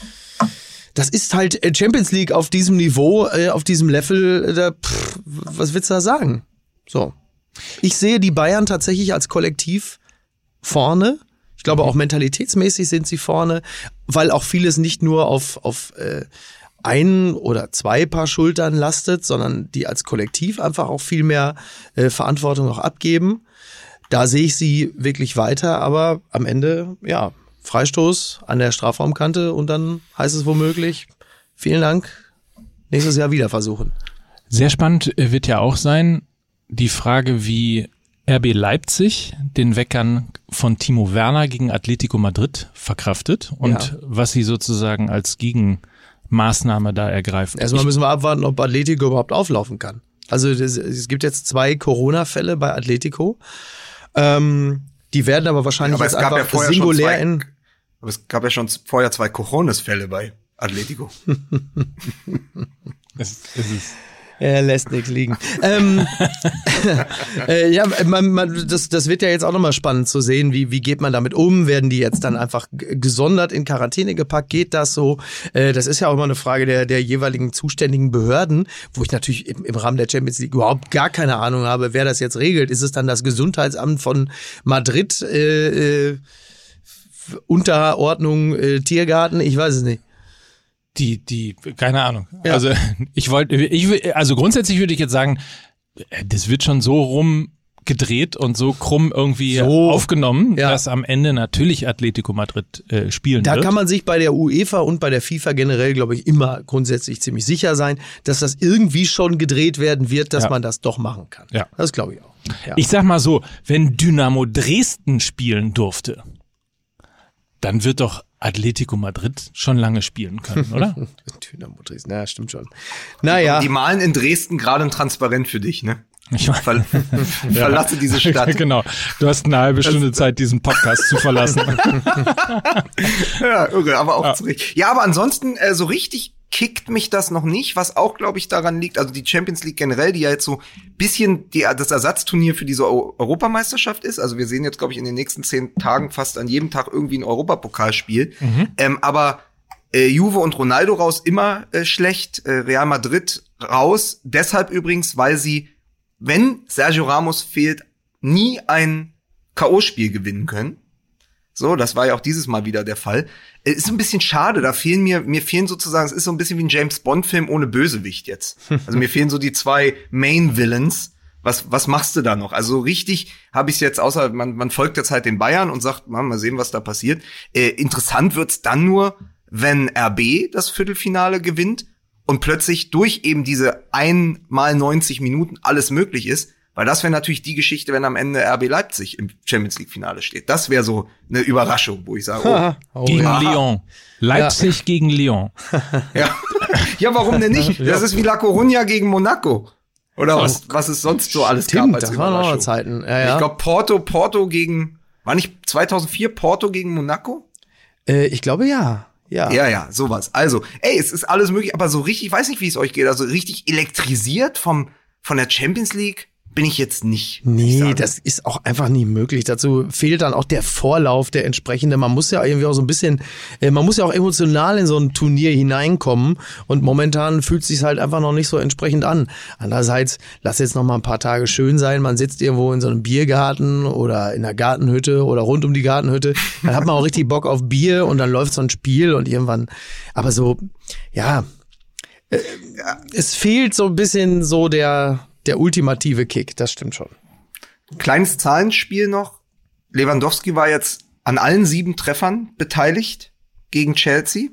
Speaker 3: das ist halt Champions League auf diesem Niveau, äh, auf diesem Level. Äh, da, pff, was willst du da sagen? So, ich sehe die Bayern tatsächlich als Kollektiv vorne. Ich glaube auch mentalitätsmäßig sind sie vorne, weil auch vieles nicht nur auf auf äh, ein oder zwei Paar Schultern lastet, sondern die als Kollektiv einfach auch viel mehr äh, Verantwortung auch abgeben. Da sehe ich sie wirklich weiter, aber am Ende, ja, Freistoß an der Strafraumkante und dann heißt es womöglich, vielen Dank, nächstes Jahr wieder versuchen.
Speaker 2: Sehr spannend äh, wird ja auch sein, die Frage, wie R B Leipzig den Weckern von Timo Werner gegen Atletico Madrid verkraftet und
Speaker 3: Ja.
Speaker 2: was sie sozusagen als Gegenmaßnahme da ergreifen.
Speaker 3: Erstmal müssen wir abwarten, ob Atletico überhaupt auflaufen kann. Also das, es gibt jetzt zwei Corona-Fälle bei Atletico. Ähm, die werden aber wahrscheinlich
Speaker 1: Aber es
Speaker 3: jetzt
Speaker 1: gab ja
Speaker 3: einfach
Speaker 1: vorher schon
Speaker 3: singulär
Speaker 1: zwei-
Speaker 3: in...
Speaker 1: Aber es gab ja schon vorher zwei Coronas-Fälle bei Atletico.
Speaker 2: es, es ist
Speaker 3: Er lässt nichts liegen. ähm, äh, ja, man, man, das, das wird ja jetzt auch nochmal spannend zu sehen, wie, wie geht man damit um? Werden die jetzt dann einfach g- gesondert in Quarantäne gepackt? Geht das so? Äh, das ist ja auch immer eine Frage der, der jeweiligen zuständigen Behörden, wo ich natürlich im, im Rahmen der Champions League überhaupt gar keine Ahnung habe, wer das jetzt regelt. Ist es dann das Gesundheitsamt von Madrid, äh, äh, Unterordnung äh, Tiergarten? Ich weiß es nicht.
Speaker 2: die, die, keine Ahnung.
Speaker 3: Ja.
Speaker 2: Also ich wollte, ich, will- also grundsätzlich würde ich jetzt sagen, das wird schon so rumgedreht und so krumm irgendwie
Speaker 3: So.
Speaker 2: aufgenommen,
Speaker 3: Ja.
Speaker 2: dass am Ende natürlich Atletico Madrid äh, spielen
Speaker 3: Da
Speaker 2: wird.
Speaker 3: kann man sich bei der UEFA und bei der FIFA generell, glaube ich, immer grundsätzlich ziemlich sicher sein, dass das irgendwie schon gedreht werden wird, dass
Speaker 2: Ja.
Speaker 3: man das doch machen kann.
Speaker 2: Ja.
Speaker 3: Das glaube ich auch. Ja.
Speaker 2: Ich sag mal so, wenn Dynamo Dresden spielen durfte, dann wird doch Atletico Madrid schon lange spielen können, oder?
Speaker 3: Dynamo Dresden, ja, stimmt schon. Naja,
Speaker 1: Die malen in Dresden gerade ein Transparent für dich, ne?
Speaker 2: Ich mein,
Speaker 1: Ver Verlasse diese Stadt.
Speaker 2: genau. Du hast eine halbe Stunde Zeit, diesen Podcast zu verlassen.
Speaker 1: Ja, irre, aber auch zurecht. Ja, aber ansonsten, äh, so richtig kickt mich das noch nicht, was auch, glaube ich, daran liegt, also die Champions League generell, die ja jetzt so bisschen die, das Ersatzturnier für diese Eu- Europameisterschaft ist. Also wir sehen jetzt, glaube ich, in den nächsten zehn Tagen fast an jedem Tag irgendwie ein Europapokalspiel. Ähm, aber äh, Juve und Ronaldo raus, immer äh, schlecht. Äh, Real Madrid raus. Deshalb übrigens, weil sie, wenn Sergio Ramos fehlt, nie ein K O-Spiel gewinnen können. So, das war ja auch dieses Mal wieder der Fall. Es ist ein bisschen schade, da fehlen mir, mir fehlen sozusagen, es ist so ein bisschen wie ein James-Bond-Film ohne Bösewicht jetzt. Also mir fehlen so die zwei Main-Villains. Was, was machst du da noch? Also richtig habe ich es jetzt, außer man, man folgt jetzt halt den Bayern und sagt, mal, mal sehen, was da passiert. Äh, interessant wird's dann nur, wenn R B das Viertelfinale gewinnt und plötzlich durch eben diese einmal neunzig Minuten alles möglich ist. Weil das wäre natürlich die Geschichte, wenn am Ende R B Leipzig im Champions League Finale steht. Das wäre so eine Überraschung, wo ich sage, oh,
Speaker 3: oh,
Speaker 2: Gegen
Speaker 3: ja.
Speaker 2: Lyon. Leipzig gegen Lyon.
Speaker 1: ja. Ja, warum denn nicht? Das ist wie La Coruña gegen Monaco. Oder was, was es sonst so alles
Speaker 3: Stimmt,
Speaker 1: gab als
Speaker 3: das waren auch noch
Speaker 1: Überraschung.
Speaker 3: Zeiten. Ja, ja.
Speaker 1: Ich glaube, Porto, Porto gegen, war nicht zweitausendvier Porto gegen Monaco?
Speaker 3: Äh, ich glaube, ja. Ja.
Speaker 1: Ja, ja, sowas. Also, ey, es ist alles möglich, aber so richtig, ich weiß nicht, wie es euch geht, also richtig elektrisiert vom, von der Champions League bin ich jetzt nicht.
Speaker 3: Nee, das ist auch einfach nicht möglich. Dazu fehlt dann auch der Vorlauf, der entsprechende. Man muss ja irgendwie auch so ein bisschen, äh, man muss ja auch emotional in so ein Turnier hineinkommen und momentan fühlt es sich halt einfach noch nicht so entsprechend an. Andererseits, lass jetzt noch mal ein paar Tage schön sein. Man sitzt irgendwo in so einem Biergarten oder in einer Gartenhütte oder rund um die Gartenhütte. Dann hat man auch richtig Bock auf Bier und dann läuft so ein Spiel und irgendwann, aber so, ja, äh, es fehlt so ein bisschen so der Der ultimative Kick, das stimmt schon.
Speaker 1: Kleines Zahlenspiel noch. Lewandowski war jetzt an allen sieben Treffern beteiligt gegen Chelsea.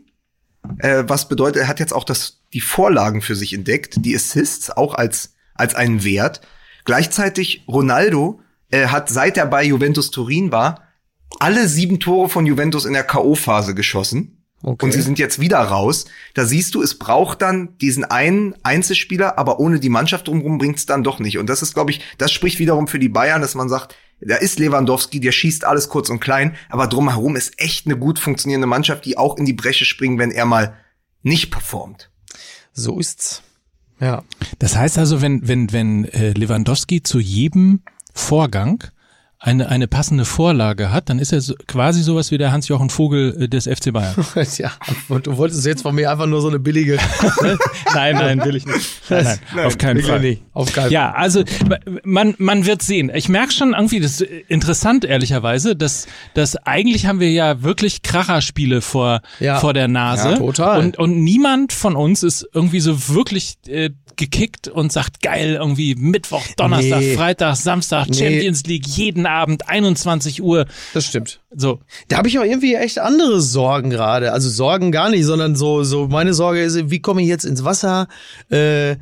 Speaker 1: Äh, was bedeutet, er hat jetzt auch das, die Vorlagen für sich entdeckt, die Assists auch als, als einen Wert. Gleichzeitig Ronaldo äh, hat, seit er bei Juventus Turin war, alle sieben Tore von Juventus in der K O-Phase geschossen. Okay. Und sie sind jetzt wieder raus. Da siehst du, es braucht dann diesen einen Einzelspieler, aber ohne die Mannschaft drumherum bringt's dann doch nicht. Und das ist, glaube ich, das spricht wiederum für die Bayern, dass man sagt, da ist Lewandowski, der schießt alles kurz und klein, aber drumherum ist echt eine gut funktionierende Mannschaft, die auch in die Bresche springen, wenn er mal nicht performt.
Speaker 3: So ist's. Ja.
Speaker 2: Das heißt also, wenn, wenn, wenn äh, Lewandowski zu jedem Vorgang eine eine passende Vorlage hat, dann ist er so, quasi sowas wie der Hans-Jochen Vogel des F C Bayern.
Speaker 3: Ja, und du wolltest jetzt von mir einfach nur so eine billige...
Speaker 2: Nein, nein, will ich nicht. Nein, nein, nein auf keinen Fall.
Speaker 3: Nicht. Auf keinen
Speaker 2: ja, also man man wird sehen. Ich merke schon irgendwie, das ist interessant, ehrlicherweise, dass, dass eigentlich haben wir ja wirklich Kracherspiele vor, ja. vor der Nase.
Speaker 3: Ja, total.
Speaker 2: Und, und niemand von uns ist irgendwie so wirklich... Äh, gekickt und sagt, geil, irgendwie Mittwoch, Donnerstag, nee. Freitag, Samstag, nee. Champions League, jeden Abend, einundzwanzig Uhr.
Speaker 3: Das stimmt.
Speaker 2: So.
Speaker 3: Da habe ich auch irgendwie echt andere Sorgen gerade. Also Sorgen gar nicht, sondern so, so meine Sorge ist, wie komme ich jetzt ins Wasser? Äh,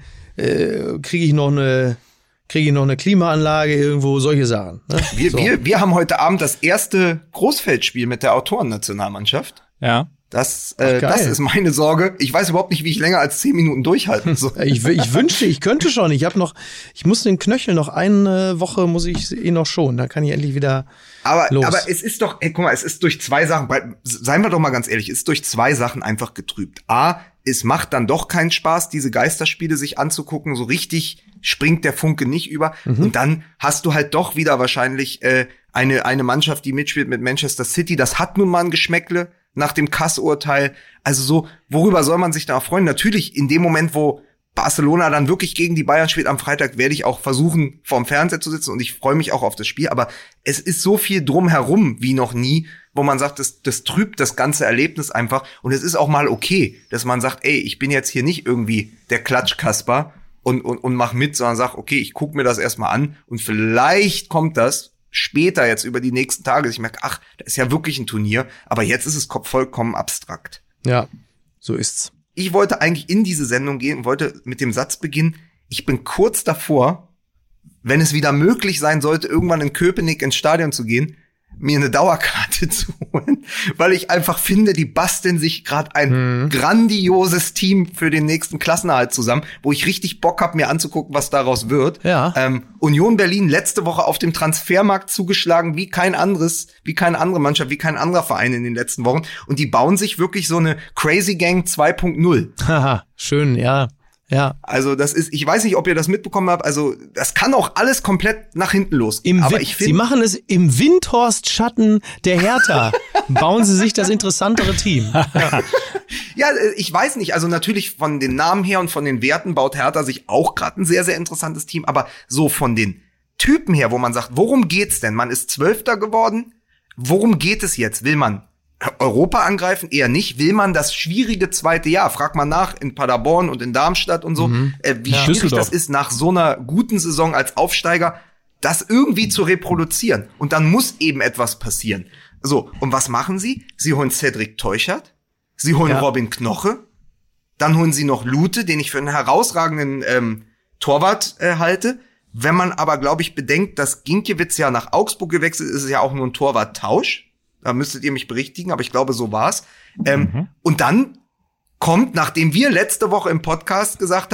Speaker 3: äh, kriege ich noch eine... Kriege ich noch eine Klimaanlage irgendwo, solche Sachen. Ne?
Speaker 1: Wir,
Speaker 3: so.
Speaker 1: wir, wir haben heute Abend das erste Großfeldspiel mit der Autorennationalmannschaft.
Speaker 2: Ja.
Speaker 1: Das, äh, das ist meine Sorge. Ich weiß überhaupt nicht, wie ich länger als zehn Minuten durchhalten soll.
Speaker 3: ich, ich wünschte, ich könnte schon. Ich habe noch, ich muss den Knöchel noch eine Woche muss ich eh noch schonen. Dann kann ich endlich wieder
Speaker 1: aber,
Speaker 3: los.
Speaker 1: Aber es ist doch, ey, guck mal, es ist durch zwei Sachen, seien wir doch mal ganz ehrlich, es ist durch zwei Sachen einfach getrübt. A, es macht dann doch keinen Spaß, diese Geisterspiele sich anzugucken. So richtig springt der Funke nicht über. Mhm. Und dann hast du halt doch wieder wahrscheinlich äh, eine eine Mannschaft, die mitspielt mit Manchester City. Das hat nun mal ein Geschmäckle nach dem Kass-Urteil. Also so, worüber soll man sich da freuen? Natürlich, in dem Moment, wo Barcelona dann wirklich gegen die Bayern spielt am Freitag, werde ich auch versuchen, vorm Fernseher zu sitzen und ich freue mich auch auf das Spiel. Aber es ist so viel drumherum wie noch nie, wo man sagt, das, das trübt das ganze Erlebnis einfach. Und es ist auch mal okay, dass man sagt, ey, ich bin jetzt hier nicht irgendwie der Klatschkasper und, und, und mach mit, sondern sag, okay, ich gucke mir das erstmal an und vielleicht kommt das später jetzt über die nächsten Tage. Ich merke, ach, das ist ja wirklich ein Turnier, aber jetzt ist es vollkommen abstrakt.
Speaker 3: Ja, so ist's.
Speaker 1: Ich wollte eigentlich in diese Sendung gehen und wollte mit dem Satz beginnen, ich bin kurz davor, wenn es wieder möglich sein sollte, irgendwann in Köpenick ins Stadion zu gehen, mir eine Dauerkarte zu holen, weil ich einfach finde, die basteln sich gerade ein mhm. grandioses Team für den nächsten Klassenerhalt zusammen, wo ich richtig Bock habe, mir anzugucken, was daraus wird.
Speaker 3: Ja.
Speaker 1: Ähm, Union Berlin letzte Woche auf dem Transfermarkt zugeschlagen, wie kein anderes, wie keine andere Mannschaft, wie kein anderer Verein in den letzten Wochen. Und die bauen sich wirklich so eine Crazy Gang zwei Punkt null.
Speaker 3: Haha, schön, ja. Ja.
Speaker 1: Also das ist, ich weiß nicht, ob ihr das mitbekommen habt, also das kann auch alles komplett nach hinten losgehen.
Speaker 3: Im
Speaker 1: aber
Speaker 3: Wi-
Speaker 1: ich find,
Speaker 3: Sie machen es im Windhorst-Schatten der Hertha. Bauen Sie sich das interessantere Team. Ja.
Speaker 1: Ja, ich weiß nicht, also natürlich von den Namen her und von den Werten baut Hertha sich auch gerade ein sehr, sehr interessantes Team, aber so von den Typen her, wo man sagt, worum geht's denn? Man ist Zwölfter geworden, worum geht es jetzt? Will man Europa angreifen? Eher nicht. Will man das schwierige zweite Jahr? Frag mal nach in Paderborn und in Darmstadt und so, mhm. äh, wie
Speaker 3: ja.
Speaker 1: schwierig das ist, nach so einer guten Saison als Aufsteiger das irgendwie zu reproduzieren. Und dann muss eben etwas passieren. So, und was machen sie? Sie holen Cedric Teuchert, sie holen ja. Robin Knoche, dann holen sie noch Lute, den ich für einen herausragenden ähm, Torwart äh, halte. Wenn man aber, glaube ich, bedenkt, dass Ginkiewicz ja nach Augsburg gewechselt ist, ist es ja auch nur ein Torwarttausch. Da müsstet ihr mich berichtigen, aber ich glaube, so war's. Ähm, mhm. Und dann kommt, nachdem wir letzte Woche im Podcast gesagt haben,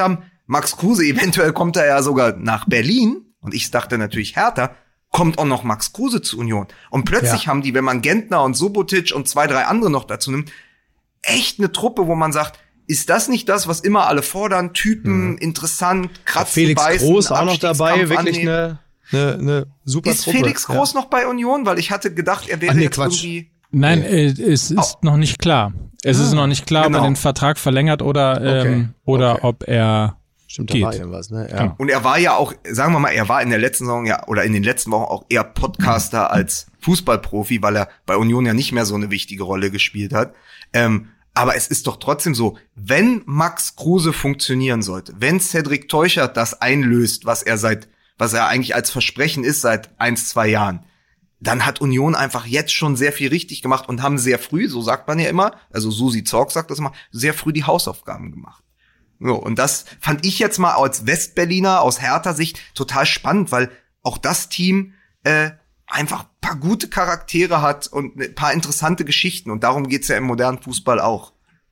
Speaker 1: Max Kruse, eventuell kommt er ja sogar nach Berlin. Und ich dachte natürlich Hertha, kommt auch noch Max Kruse zu Union. Und plötzlich ja. haben die, wenn man Gentner und Subotic und zwei, drei andere noch dazu nimmt, echt eine Truppe, wo man sagt, ist das nicht das, was immer alle fordern? Typen, mhm. interessant, kratzen,
Speaker 3: Felix
Speaker 1: beißen,
Speaker 3: Groß auch noch dabei, wirklich
Speaker 1: annehmen.
Speaker 3: eine, eine, eine super
Speaker 1: ist
Speaker 3: Truppe.
Speaker 1: Ist Felix Groß ja. noch bei Union? Weil ich hatte gedacht, er wäre Ach, nee, jetzt Quatsch. irgendwie...
Speaker 2: Nein, äh, es ist oh. noch nicht klar. Es ah, ist noch nicht klar, genau. ob er den Vertrag verlängert oder, ähm, okay. oder okay. ob er
Speaker 3: Stimmt,
Speaker 2: geht.
Speaker 3: Da war irgendwas, ne? Ja.
Speaker 1: Und er war ja auch, sagen wir mal, er war in der letzten Saison ja oder in den letzten Wochen auch eher Podcaster als Fußballprofi, weil er bei Union ja nicht mehr so eine wichtige Rolle gespielt hat. Ähm, aber es ist doch trotzdem so, wenn Max Kruse funktionieren sollte, wenn Cedric Teuchert das einlöst, was er seit, was er eigentlich als Versprechen ist seit eins, zwei Jahren, dann hat Union einfach jetzt schon sehr viel richtig gemacht und haben sehr früh, so sagt man ja immer, also Susi Zorc sagt das immer, sehr früh die Hausaufgaben gemacht. So, und das fand ich jetzt mal als Westberliner aus Hertha-Sicht total spannend, weil auch das Team äh, einfach ein paar gute Charaktere hat und ein paar interessante Geschichten. Und darum geht's ja im modernen Fußball auch.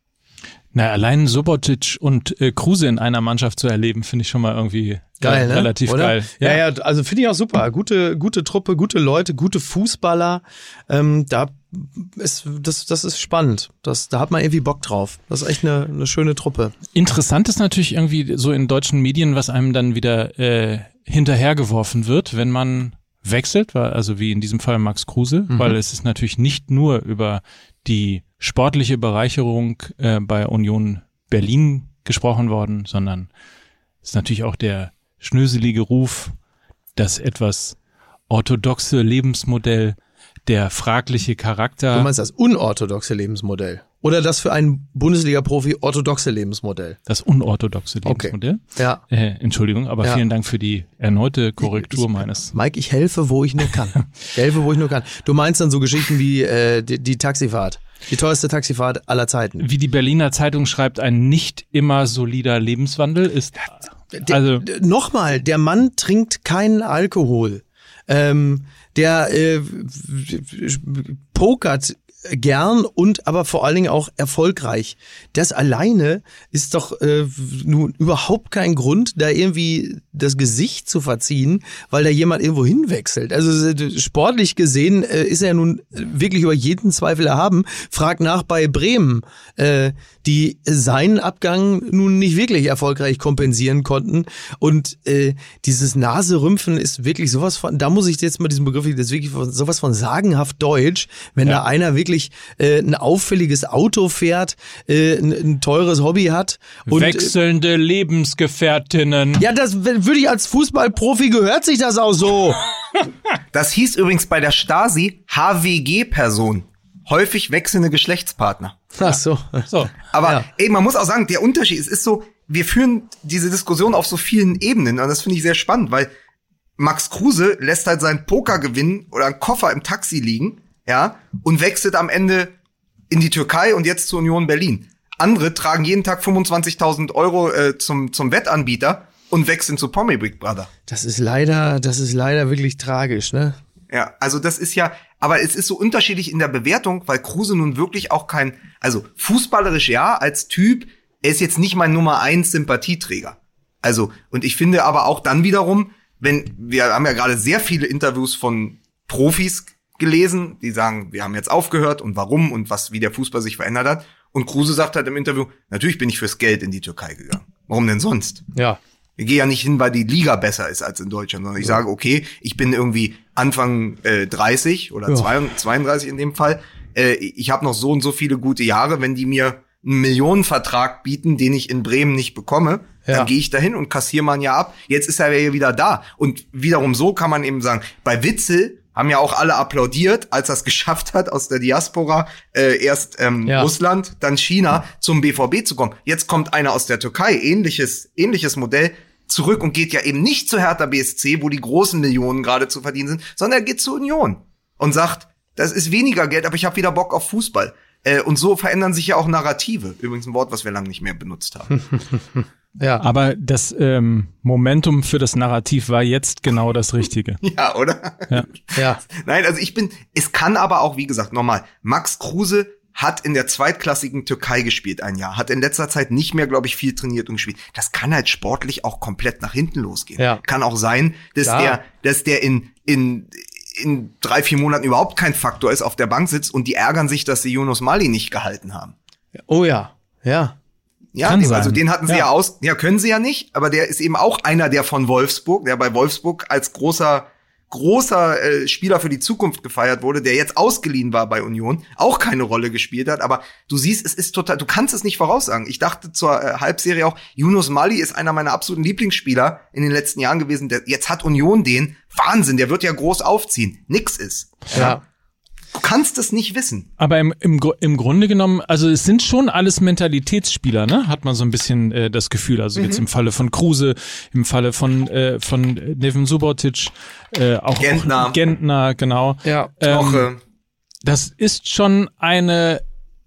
Speaker 2: Na, allein Subotic und äh, Kruse in einer Mannschaft zu erleben, finde ich schon mal irgendwie geil, ne? relativ
Speaker 3: Oder?
Speaker 2: geil.
Speaker 3: Ja, ja, ja, also finde ich auch super. Gute, gute Truppe, gute Leute, gute Fußballer. Ähm, da ist, das, das ist spannend. Das, da hat man irgendwie Bock drauf. Das ist echt eine, eine schöne Truppe.
Speaker 2: Interessant ist natürlich irgendwie so in deutschen Medien, was einem dann wieder äh, hinterhergeworfen wird, wenn man wechselt, also wie in diesem Fall Max Kruse, mhm. weil es ist natürlich nicht nur über die sportliche Bereicherung äh, bei Union Berlin gesprochen worden, sondern es ist natürlich auch der schnöselige Ruf, das etwas orthodoxe Lebensmodell, der fragliche Charakter.
Speaker 3: Du meinst das unorthodoxe Lebensmodell? Oder das für einen Bundesliga-Profi orthodoxe Lebensmodell?
Speaker 2: Das unorthodoxe Lebensmodell?
Speaker 3: Okay. Ja.
Speaker 2: Äh, Entschuldigung, aber ja. vielen Dank für die erneute Korrektur
Speaker 3: ich,
Speaker 2: meines.
Speaker 3: Mike, ich helfe, wo ich nur kann. Ich helfe, wo ich nur kann. Du meinst dann so Geschichten wie äh, die, die Taxifahrt. Die teuerste Taxifahrt aller Zeiten.
Speaker 2: Wie die Berliner Zeitung schreibt, ein nicht immer solider Lebenswandel ist.
Speaker 3: Der,
Speaker 2: also
Speaker 3: nochmal, der Mann trinkt keinen Alkohol. Ähm, der äh, pokert gern und aber vor allen Dingen auch erfolgreich. Das alleine ist doch äh, nun überhaupt kein Grund, da irgendwie das Gesicht zu verziehen, weil da jemand irgendwo hinwechselt. Also sportlich gesehen äh, ist er nun wirklich über jeden Zweifel erhaben. Frag nach bei Bremen, äh, die seinen Abgang nun nicht wirklich erfolgreich kompensieren konnten. Und äh, dieses Naserümpfen ist wirklich sowas von, da muss ich jetzt mal diesen Begriff, das ist wirklich sowas von sagenhaft deutsch, wenn ja. da einer wirklich äh, ein auffälliges Auto fährt, äh, ein, ein teures Hobby hat. Und,
Speaker 2: wechselnde Lebensgefährtinnen.
Speaker 3: Ja, das würde ich als Fußballprofi, gehört sich das auch so.
Speaker 1: Das hieß übrigens bei der Stasi H W G-Person. Häufig wechselnde Geschlechtspartner.
Speaker 3: Ach so.
Speaker 2: so.
Speaker 1: Aber
Speaker 3: ja.
Speaker 1: ey, man muss auch sagen, der Unterschied, es ist so, wir führen diese Diskussion auf so vielen Ebenen und das finde ich sehr spannend, weil Max Kruse lässt halt seinen Pokergewinn oder einen Koffer im Taxi liegen, ja, und wechselt am Ende in die Türkei und jetzt zur Union Berlin. Andere tragen jeden Tag fünfundzwanzigtausend Euro äh, zum zum Wettanbieter und wechseln zu Pommy Big Brother.
Speaker 3: Das ist leider, das ist leider wirklich tragisch, ne?
Speaker 1: Ja, also das ist ja, aber es ist so unterschiedlich in der Bewertung, weil Kruse nun wirklich auch kein, also fußballerisch ja, als Typ, er ist jetzt nicht mein Nummer eins Sympathieträger. Also, und ich finde aber auch dann wiederum, wenn, wir haben ja gerade sehr viele Interviews von Profis gelesen, die sagen, wir haben jetzt aufgehört und warum und was, wie der Fußball sich verändert hat. Und Kruse sagt halt im Interview, natürlich bin ich fürs Geld in die Türkei gegangen. Warum denn sonst?
Speaker 3: Ja.
Speaker 1: Ich gehe ja nicht hin, weil die Liga besser ist als in Deutschland, sondern ich ja. sage, okay, ich bin irgendwie Anfang äh, dreißig oder ja. zweiunddreißig in dem Fall. Äh, ich habe noch so und so viele gute Jahre. Wenn die mir einen Millionenvertrag bieten, den ich in Bremen nicht bekomme, ja. dann gehe ich dahin und kassiere man ja ab. Jetzt ist er ja wieder da. Und wiederum so kann man eben sagen, bei Witzel haben ja auch alle applaudiert, als er es geschafft hat, aus der Diaspora äh, erst ähm, ja. Russland, dann China zum B V B zu kommen. Jetzt kommt einer aus der Türkei, ähnliches ähnliches Modell, zurück und geht ja eben nicht zu Hertha B S C, wo die großen Millionen gerade zu verdienen sind, sondern er geht zur Union und sagt, das ist weniger Geld, aber ich habe wieder Bock auf Fußball. Äh, und so verändern sich ja auch Narrative. Übrigens ein Wort, was wir lange nicht mehr benutzt haben.
Speaker 2: Ja. Aber das ähm, Momentum für das Narrativ war jetzt genau das Richtige.
Speaker 1: Ja, oder?
Speaker 2: Ja.
Speaker 3: ja.
Speaker 1: Nein, also ich bin, es kann aber auch, wie gesagt, nochmal, Max Kruse hat in der zweitklassigen Türkei gespielt ein Jahr, hat in letzter Zeit nicht mehr, glaube ich, viel trainiert und gespielt. Das kann halt sportlich auch komplett nach hinten losgehen.
Speaker 3: Ja.
Speaker 1: Kann auch sein, dass
Speaker 3: Klar.
Speaker 1: der, dass der in, in, in drei, vier Monaten überhaupt kein Faktor ist, auf der Bank sitzt und die ärgern sich, dass sie Yunus Mali nicht gehalten haben.
Speaker 3: Oh ja, ja.
Speaker 1: Ja,
Speaker 2: Kann
Speaker 1: dem,
Speaker 2: sein.
Speaker 1: also den hatten sie ja.
Speaker 2: Ja.
Speaker 1: aus, ja, können sie ja nicht, aber der ist eben auch einer, der von Wolfsburg, der bei Wolfsburg als großer, großer äh, Spieler für die Zukunft gefeiert wurde, der jetzt ausgeliehen war bei Union, auch keine Rolle gespielt hat, aber du siehst, es ist total, du kannst es nicht voraussagen. Ich dachte zur äh, Halbserie auch, Yunus Mali ist einer meiner absoluten Lieblingsspieler in den letzten Jahren gewesen, der, jetzt hat Union den, Wahnsinn, der wird ja groß aufziehen, nix ist.
Speaker 3: Ja.
Speaker 1: Du kannst es nicht wissen.
Speaker 2: Aber im, im, Gru- im Grunde genommen, also es sind schon alles Mentalitätsspieler, ne? Hat man so ein bisschen äh, das Gefühl. Also
Speaker 1: Mhm.
Speaker 2: jetzt im Falle von Kruse, im Falle von äh, von Neven Subotic, äh, auch
Speaker 1: Gentner.
Speaker 2: Auch Gentner, genau.
Speaker 3: Ja.
Speaker 2: Ähm,
Speaker 1: Auch, äh,
Speaker 2: das ist schon eine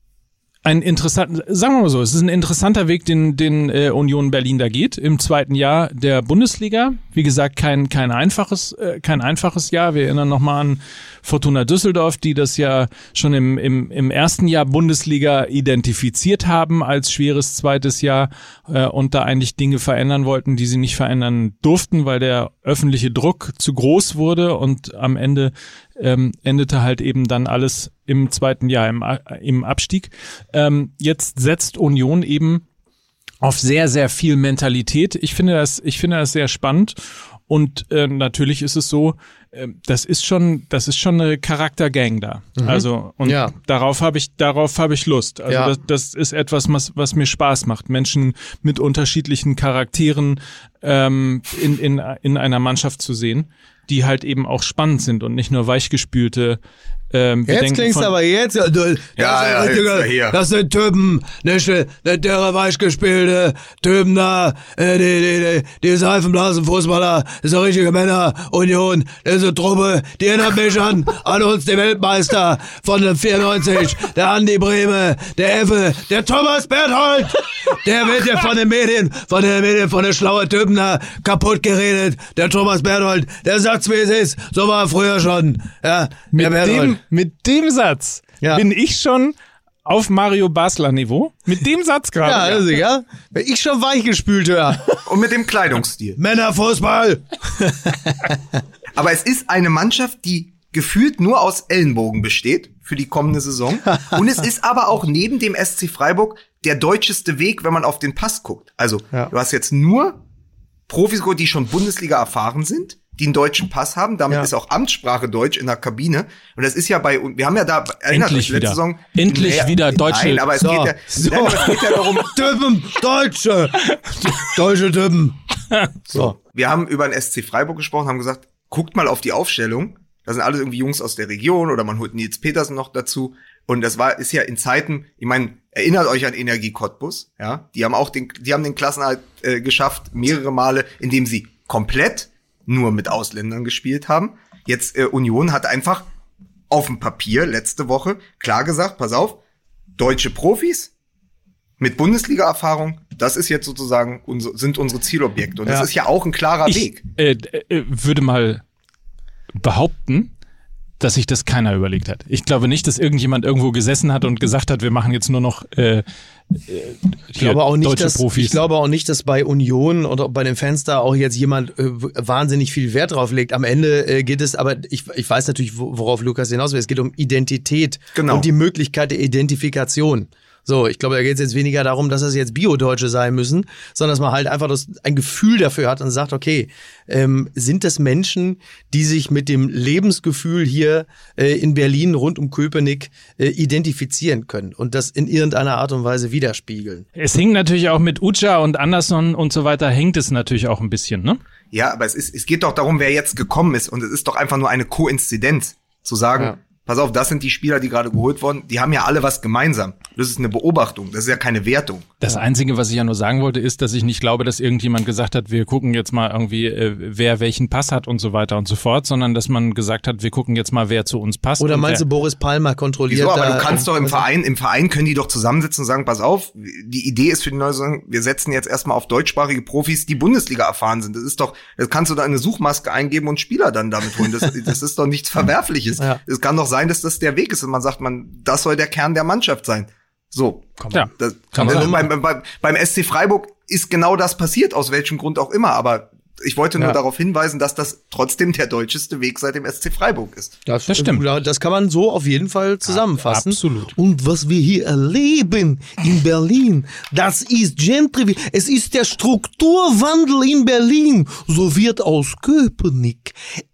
Speaker 2: ein interessanten, sagen wir mal so, es ist ein interessanter Weg, den den äh, Union Berlin da geht im zweiten Jahr der Bundesliga. Wie gesagt, kein kein einfaches äh, kein einfaches Jahr. Wir erinnern noch mal an Fortuna Düsseldorf, die das ja schon im im im ersten Jahr Bundesliga identifiziert haben als schweres zweites Jahr äh, und da eigentlich Dinge verändern wollten, die sie nicht verändern durften, weil der öffentliche Druck zu groß wurde und am Ende ähm, endete halt eben dann alles im zweiten Jahr im, im Abstieg. Ähm, jetzt setzt Union eben auf sehr, sehr viel Mentalität. Ich finde das, ich finde das sehr spannend. Und äh, natürlich ist es so, äh, das ist schon, das ist schon eine Charaktergang da.
Speaker 3: Mhm.
Speaker 2: Also und
Speaker 3: Ja.
Speaker 2: darauf habe ich, darauf habe ich Lust. Also
Speaker 3: Ja.
Speaker 2: das, das ist etwas, was, was mir Spaß macht, Menschen mit unterschiedlichen Charakteren ähm, in in in einer Mannschaft zu sehen, die halt eben auch spannend sind und nicht nur weichgespülte. Ähm, wir
Speaker 3: Jetzt
Speaker 2: denken
Speaker 3: klingst
Speaker 2: von-
Speaker 3: aber jetzt, ja, du,
Speaker 1: Ja,
Speaker 3: das,
Speaker 1: ja,
Speaker 3: ist,
Speaker 1: jetzt, ja, hier.
Speaker 3: das sind Typen, nicht, nicht der weichgespielte Typen da, äh, die, die, die, die Seifenblasenfußballer, das sind richtige Männer, Union, das ist eine Truppe, die erinnert mich an, an uns, den Weltmeister von dem vierundneunzig, der Andi Brehme, der Effe, der Thomas Berthold, der wird ja von den Medien, von den Medien, von den schlauen Typen da kaputt geredet, der Thomas Berthold, der sagt's wie es ist, so war er früher schon, ja,
Speaker 2: Mit
Speaker 3: der Berthold.
Speaker 2: dem, mit dem Satz
Speaker 3: Ja.
Speaker 2: bin ich schon auf Mario Basler Niveau. Mit dem Satz
Speaker 3: Ja,
Speaker 2: gerade.
Speaker 3: also, ja. Wenn ich schon weichgespült höre.
Speaker 1: und mit dem Kleidungsstil.
Speaker 3: Männerfußball.
Speaker 1: Aber es ist eine Mannschaft, die gefühlt nur aus Ellenbogen besteht für die kommende Saison. Und es ist aber auch neben dem S C Freiburg der deutscheste Weg, wenn man auf den Pass guckt. Also,
Speaker 3: Ja.
Speaker 1: du hast jetzt nur Profis, die schon Bundesliga erfahren sind, die einen deutschen Pass haben. Damit
Speaker 3: Ja.
Speaker 1: ist auch Amtssprache Deutsch in der Kabine. Und das ist ja bei, wir haben ja da, erinnert
Speaker 2: Endlich
Speaker 1: euch, letzte
Speaker 2: wieder.
Speaker 1: Saison.
Speaker 2: Endlich
Speaker 1: Naja,
Speaker 2: wieder deutsche-
Speaker 1: Nein, aber es
Speaker 3: So,
Speaker 1: geht ja,
Speaker 3: so.
Speaker 1: nein, aber es geht ja darum,
Speaker 3: Typen, Deutsche. Deutsche Typen. So.
Speaker 1: wir haben über den S C Freiburg gesprochen, haben gesagt, guckt mal auf die Aufstellung. Da sind alles irgendwie Jungs aus der Region oder man holt Nils Petersen noch dazu. Und das war, ist ja in Zeiten, ich meine, erinnert euch an Energie Cottbus, ja? Die haben auch den, die haben den Klassenerhalt äh, geschafft, mehrere Male, indem sie komplett nur mit Ausländern gespielt haben. Jetzt, äh, Union hat einfach auf dem Papier letzte Woche klar gesagt, pass auf, deutsche Profis mit Bundesliga-Erfahrung, das ist jetzt sozusagen, unser, sind unsere Zielobjekte. Und
Speaker 3: Ja.
Speaker 1: das ist ja auch ein klarer
Speaker 2: Ich
Speaker 1: Weg.
Speaker 2: äh, äh, würde mal behaupten, dass sich das keiner überlegt hat. Ich glaube nicht, dass irgendjemand irgendwo gesessen hat und gesagt hat, wir machen jetzt nur noch äh, äh,
Speaker 3: Ich glaube auch nicht,
Speaker 2: deutsche
Speaker 3: dass,
Speaker 2: Profis.
Speaker 3: ich glaube auch nicht, dass bei Union oder bei den Fans da auch jetzt jemand äh, wahnsinnig viel Wert drauf legt. Am Ende äh, geht es, aber ich, ich weiß natürlich, wo- worauf Lukas hinaus will. Es geht um Identität
Speaker 1: Genau.
Speaker 3: und die Möglichkeit der Identifikation. So, ich glaube, da geht es jetzt weniger darum, dass das jetzt Bio-Deutsche sein müssen, sondern dass man halt einfach das, ein Gefühl dafür hat und sagt, okay, ähm, sind das Menschen, die sich mit dem Lebensgefühl hier äh, in Berlin rund um Köpenick äh, identifizieren können und das in irgendeiner Art und Weise widerspiegeln?
Speaker 2: Es hängt natürlich auch mit Ucha und Anderson und so weiter, hängt es natürlich auch ein bisschen, ne?
Speaker 1: Ja, aber es ist, es geht doch darum, wer jetzt gekommen ist. Und es ist doch einfach nur eine Koinzidenz, zu sagen,
Speaker 3: Ja.
Speaker 1: pass auf, das sind die Spieler, die gerade geholt wurden. Die haben ja alle was gemeinsam. Das ist eine Beobachtung, das ist ja keine Wertung.
Speaker 2: Das Einzige, was ich ja nur sagen wollte, ist, dass ich nicht glaube, dass irgendjemand gesagt hat, wir gucken jetzt mal irgendwie, äh, wer welchen Pass hat und so weiter und so fort, sondern dass man gesagt hat, wir gucken jetzt mal, wer zu uns passt.
Speaker 3: Oder meinst
Speaker 2: wer,
Speaker 3: du, Boris Palmer kontrolliert
Speaker 1: Wieso, aber
Speaker 3: da,
Speaker 1: du kannst doch im
Speaker 3: was-
Speaker 1: Verein, im Verein können die doch zusammensitzen und sagen, pass auf, die Idee ist für die neue Saison, wir setzen jetzt erstmal auf deutschsprachige Profis, die Bundesliga erfahren sind. Das ist doch, das kannst du da eine Suchmaske eingeben und Spieler dann damit holen. Das, das ist doch nichts Verwerfliches.
Speaker 3: Ja.
Speaker 1: Es kann doch sein, dass das der Weg ist und man sagt, man, das soll der Kern der Mannschaft sein. So.
Speaker 2: Ja,
Speaker 1: Das,
Speaker 2: kann man
Speaker 1: also
Speaker 2: so
Speaker 1: beim, beim, beim S C Freiburg ist genau das passiert, aus welchem Grund auch immer. Aber ich wollte nur
Speaker 3: Ja.
Speaker 1: darauf hinweisen, dass das trotzdem der deutscheste Weg seit dem S C Freiburg ist.
Speaker 3: Das,
Speaker 2: Das stimmt.
Speaker 3: Ja, das kann man so auf jeden Fall zusammenfassen.
Speaker 2: absolut.
Speaker 3: Und was wir hier erleben in Berlin, das ist Gentrification. Es ist der Strukturwandel in Berlin. So wird aus Köpenick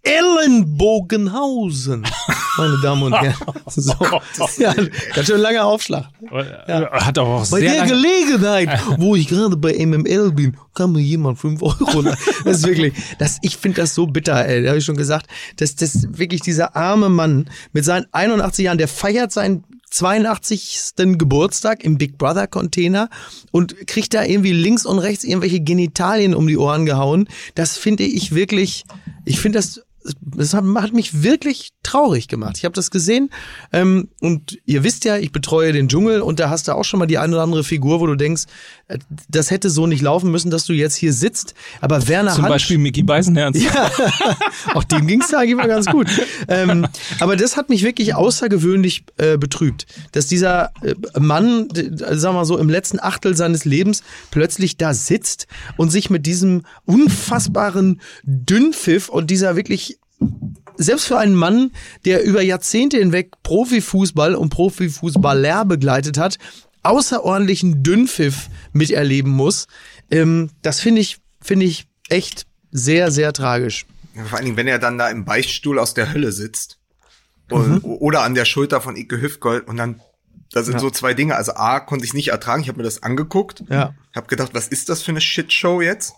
Speaker 3: Ellenbogenhausen, meine Damen und Herren. So. Ja, ganz schön langer Aufschlag.
Speaker 2: hat auch
Speaker 3: Bei
Speaker 2: sehr
Speaker 3: der
Speaker 2: lange,
Speaker 3: Gelegenheit, wo ich gerade bei M M L bin, kann mir jemand fünf Euro leihen. Das ist wirklich, das, ich finde das so bitter, ey. Da habe ich schon gesagt, dass das wirklich dieser arme Mann mit seinen einundachtzig Jahren, der feiert seinen zweiundachtzigsten Geburtstag im Big Brother Container und kriegt da irgendwie links und rechts irgendwelche Genitalien um die Ohren gehauen. Das finde ich wirklich, ich finde das, das hat, hat mich wirklich traurig gemacht. Ich habe das gesehen ähm, und ihr wisst ja, ich betreue den Dschungel und da hast du auch schon mal die eine oder andere Figur, wo du denkst, äh, das hätte so nicht laufen müssen, dass du jetzt hier sitzt. Aber Werner
Speaker 2: zum
Speaker 3: Hansch,
Speaker 2: Beispiel Micky Beisenherz.
Speaker 3: ja, auch dem ging's da immer ganz gut. Ähm, aber das hat mich wirklich außergewöhnlich äh, betrübt, dass dieser äh, Mann, d- sagen wir mal so, im letzten Achtel seines Lebens plötzlich da sitzt und sich mit diesem unfassbaren Dünnpfiff und dieser wirklich, selbst für einen Mann, der über Jahrzehnte hinweg Profifußball und Profifußballer begleitet hat, außerordentlichen Dünnpfiff miterleben muss. Ähm, das finde ich, finde ich echt sehr, sehr tragisch.
Speaker 1: Ja, vor allen Dingen, wenn er dann da im Beichtstuhl aus der Hölle sitzt und, oder an der Schulter von Ike Hüftgold und dann, da sind
Speaker 3: Ja.
Speaker 1: so zwei Dinge. Also A, konnte ich nicht ertragen, ich habe mir das angeguckt,
Speaker 3: Ja.
Speaker 1: habe gedacht, was ist das für eine Shitshow jetzt?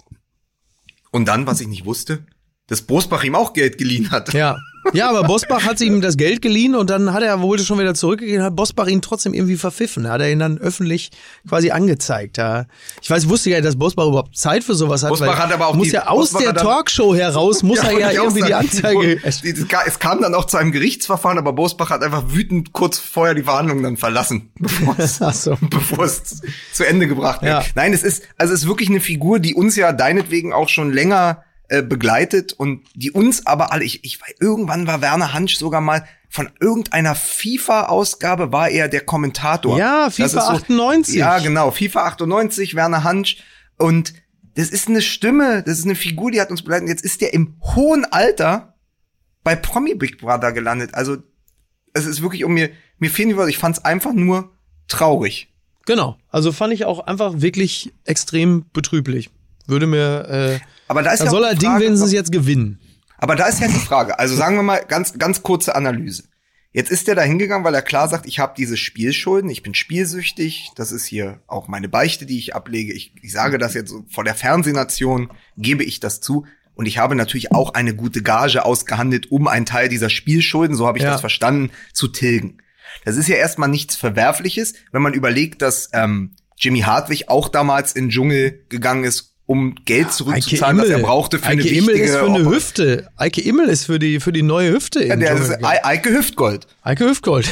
Speaker 1: Und dann, was ich nicht wusste, dass Bosbach ihm auch Geld geliehen hat.
Speaker 3: Ja. Ja, aber Bosbach hat ihm das Geld geliehen und dann hat er, wollte schon wieder zurückgegeben, hat Bosbach ihn trotzdem irgendwie verpfiffen. Hat er ihn dann öffentlich quasi angezeigt. Ja. Ich weiß, wusste ja, dass Bosbach überhaupt Zeit für sowas hat.
Speaker 1: Bosbach
Speaker 3: weil
Speaker 1: hat aber auch
Speaker 3: muss
Speaker 1: die-
Speaker 3: ja aus
Speaker 1: Bosbach
Speaker 3: der
Speaker 1: hat dann-
Speaker 3: Talkshow heraus, muss er
Speaker 1: wollte
Speaker 3: ja
Speaker 1: ich auch
Speaker 3: irgendwie die
Speaker 1: sagen.
Speaker 3: Anzeige.
Speaker 1: Es, es kam dann auch zu einem Gerichtsverfahren, aber Bosbach hat einfach wütend kurz vorher die Verhandlungen dann verlassen, bevor es,
Speaker 3: Ach so.
Speaker 1: bevor es zu Ende gebracht wird.
Speaker 3: Ja.
Speaker 1: Nein, es ist, also es ist wirklich eine Figur, die uns ja deinetwegen auch schon länger äh, begleitet und die uns aber alle, ich, ich weiß, irgendwann war Werner Hansch sogar mal von irgendeiner FIFA-Ausgabe war er der Kommentator.
Speaker 3: Ja,
Speaker 1: Das
Speaker 3: FIFA
Speaker 1: ist so-
Speaker 3: achtundneunzig.
Speaker 1: Ja, genau, FIFA achtundneunzig, Werner Hansch und das ist eine Stimme, das ist eine Figur, die hat uns begleitet. Jetzt ist der im hohen Alter bei Promi Big Brother gelandet. Also es ist wirklich, um mir, mir fehlen die Worte, ich fand's einfach nur traurig.
Speaker 3: Genau. Also fand ich auch einfach wirklich extrem betrüblich. Würde mir, äh,
Speaker 1: Aber da ist
Speaker 3: da
Speaker 1: ja
Speaker 3: soll
Speaker 1: auch
Speaker 3: er
Speaker 1: die
Speaker 3: Ding
Speaker 1: Frage,
Speaker 3: wenigstens
Speaker 1: ob-
Speaker 3: jetzt gewinnen.
Speaker 1: Aber da ist ja die Frage, also sagen wir mal ganz ganz kurze Analyse. Jetzt ist er da hingegangen, weil er klar sagt, ich habe diese Spielschulden, ich bin spielsüchtig, das ist hier auch meine Beichte, die ich ablege. Ich, ich sage das jetzt so vor der Fernsehnation, gebe ich das zu. Und ich habe natürlich auch eine gute Gage ausgehandelt, um einen Teil dieser Spielschulden, so habe ich
Speaker 3: Ja.
Speaker 1: das verstanden, zu tilgen. Das ist ja erstmal nichts Verwerfliches, wenn man überlegt, dass ähm, Jimmy Hartwig auch damals in den Dschungel gegangen ist, um Geld zurückzuzahlen, was er brauchte für eine
Speaker 3: Eike
Speaker 1: wichtige...
Speaker 3: Immel ist für eine
Speaker 1: Oper-
Speaker 3: Hüfte. Eike Immel ist für die, für die neue Hüfte.
Speaker 1: Ja,
Speaker 3: im
Speaker 1: der ist
Speaker 3: Dschungel.
Speaker 1: E- Eike Hüftgold.
Speaker 3: Eike Hüftgold.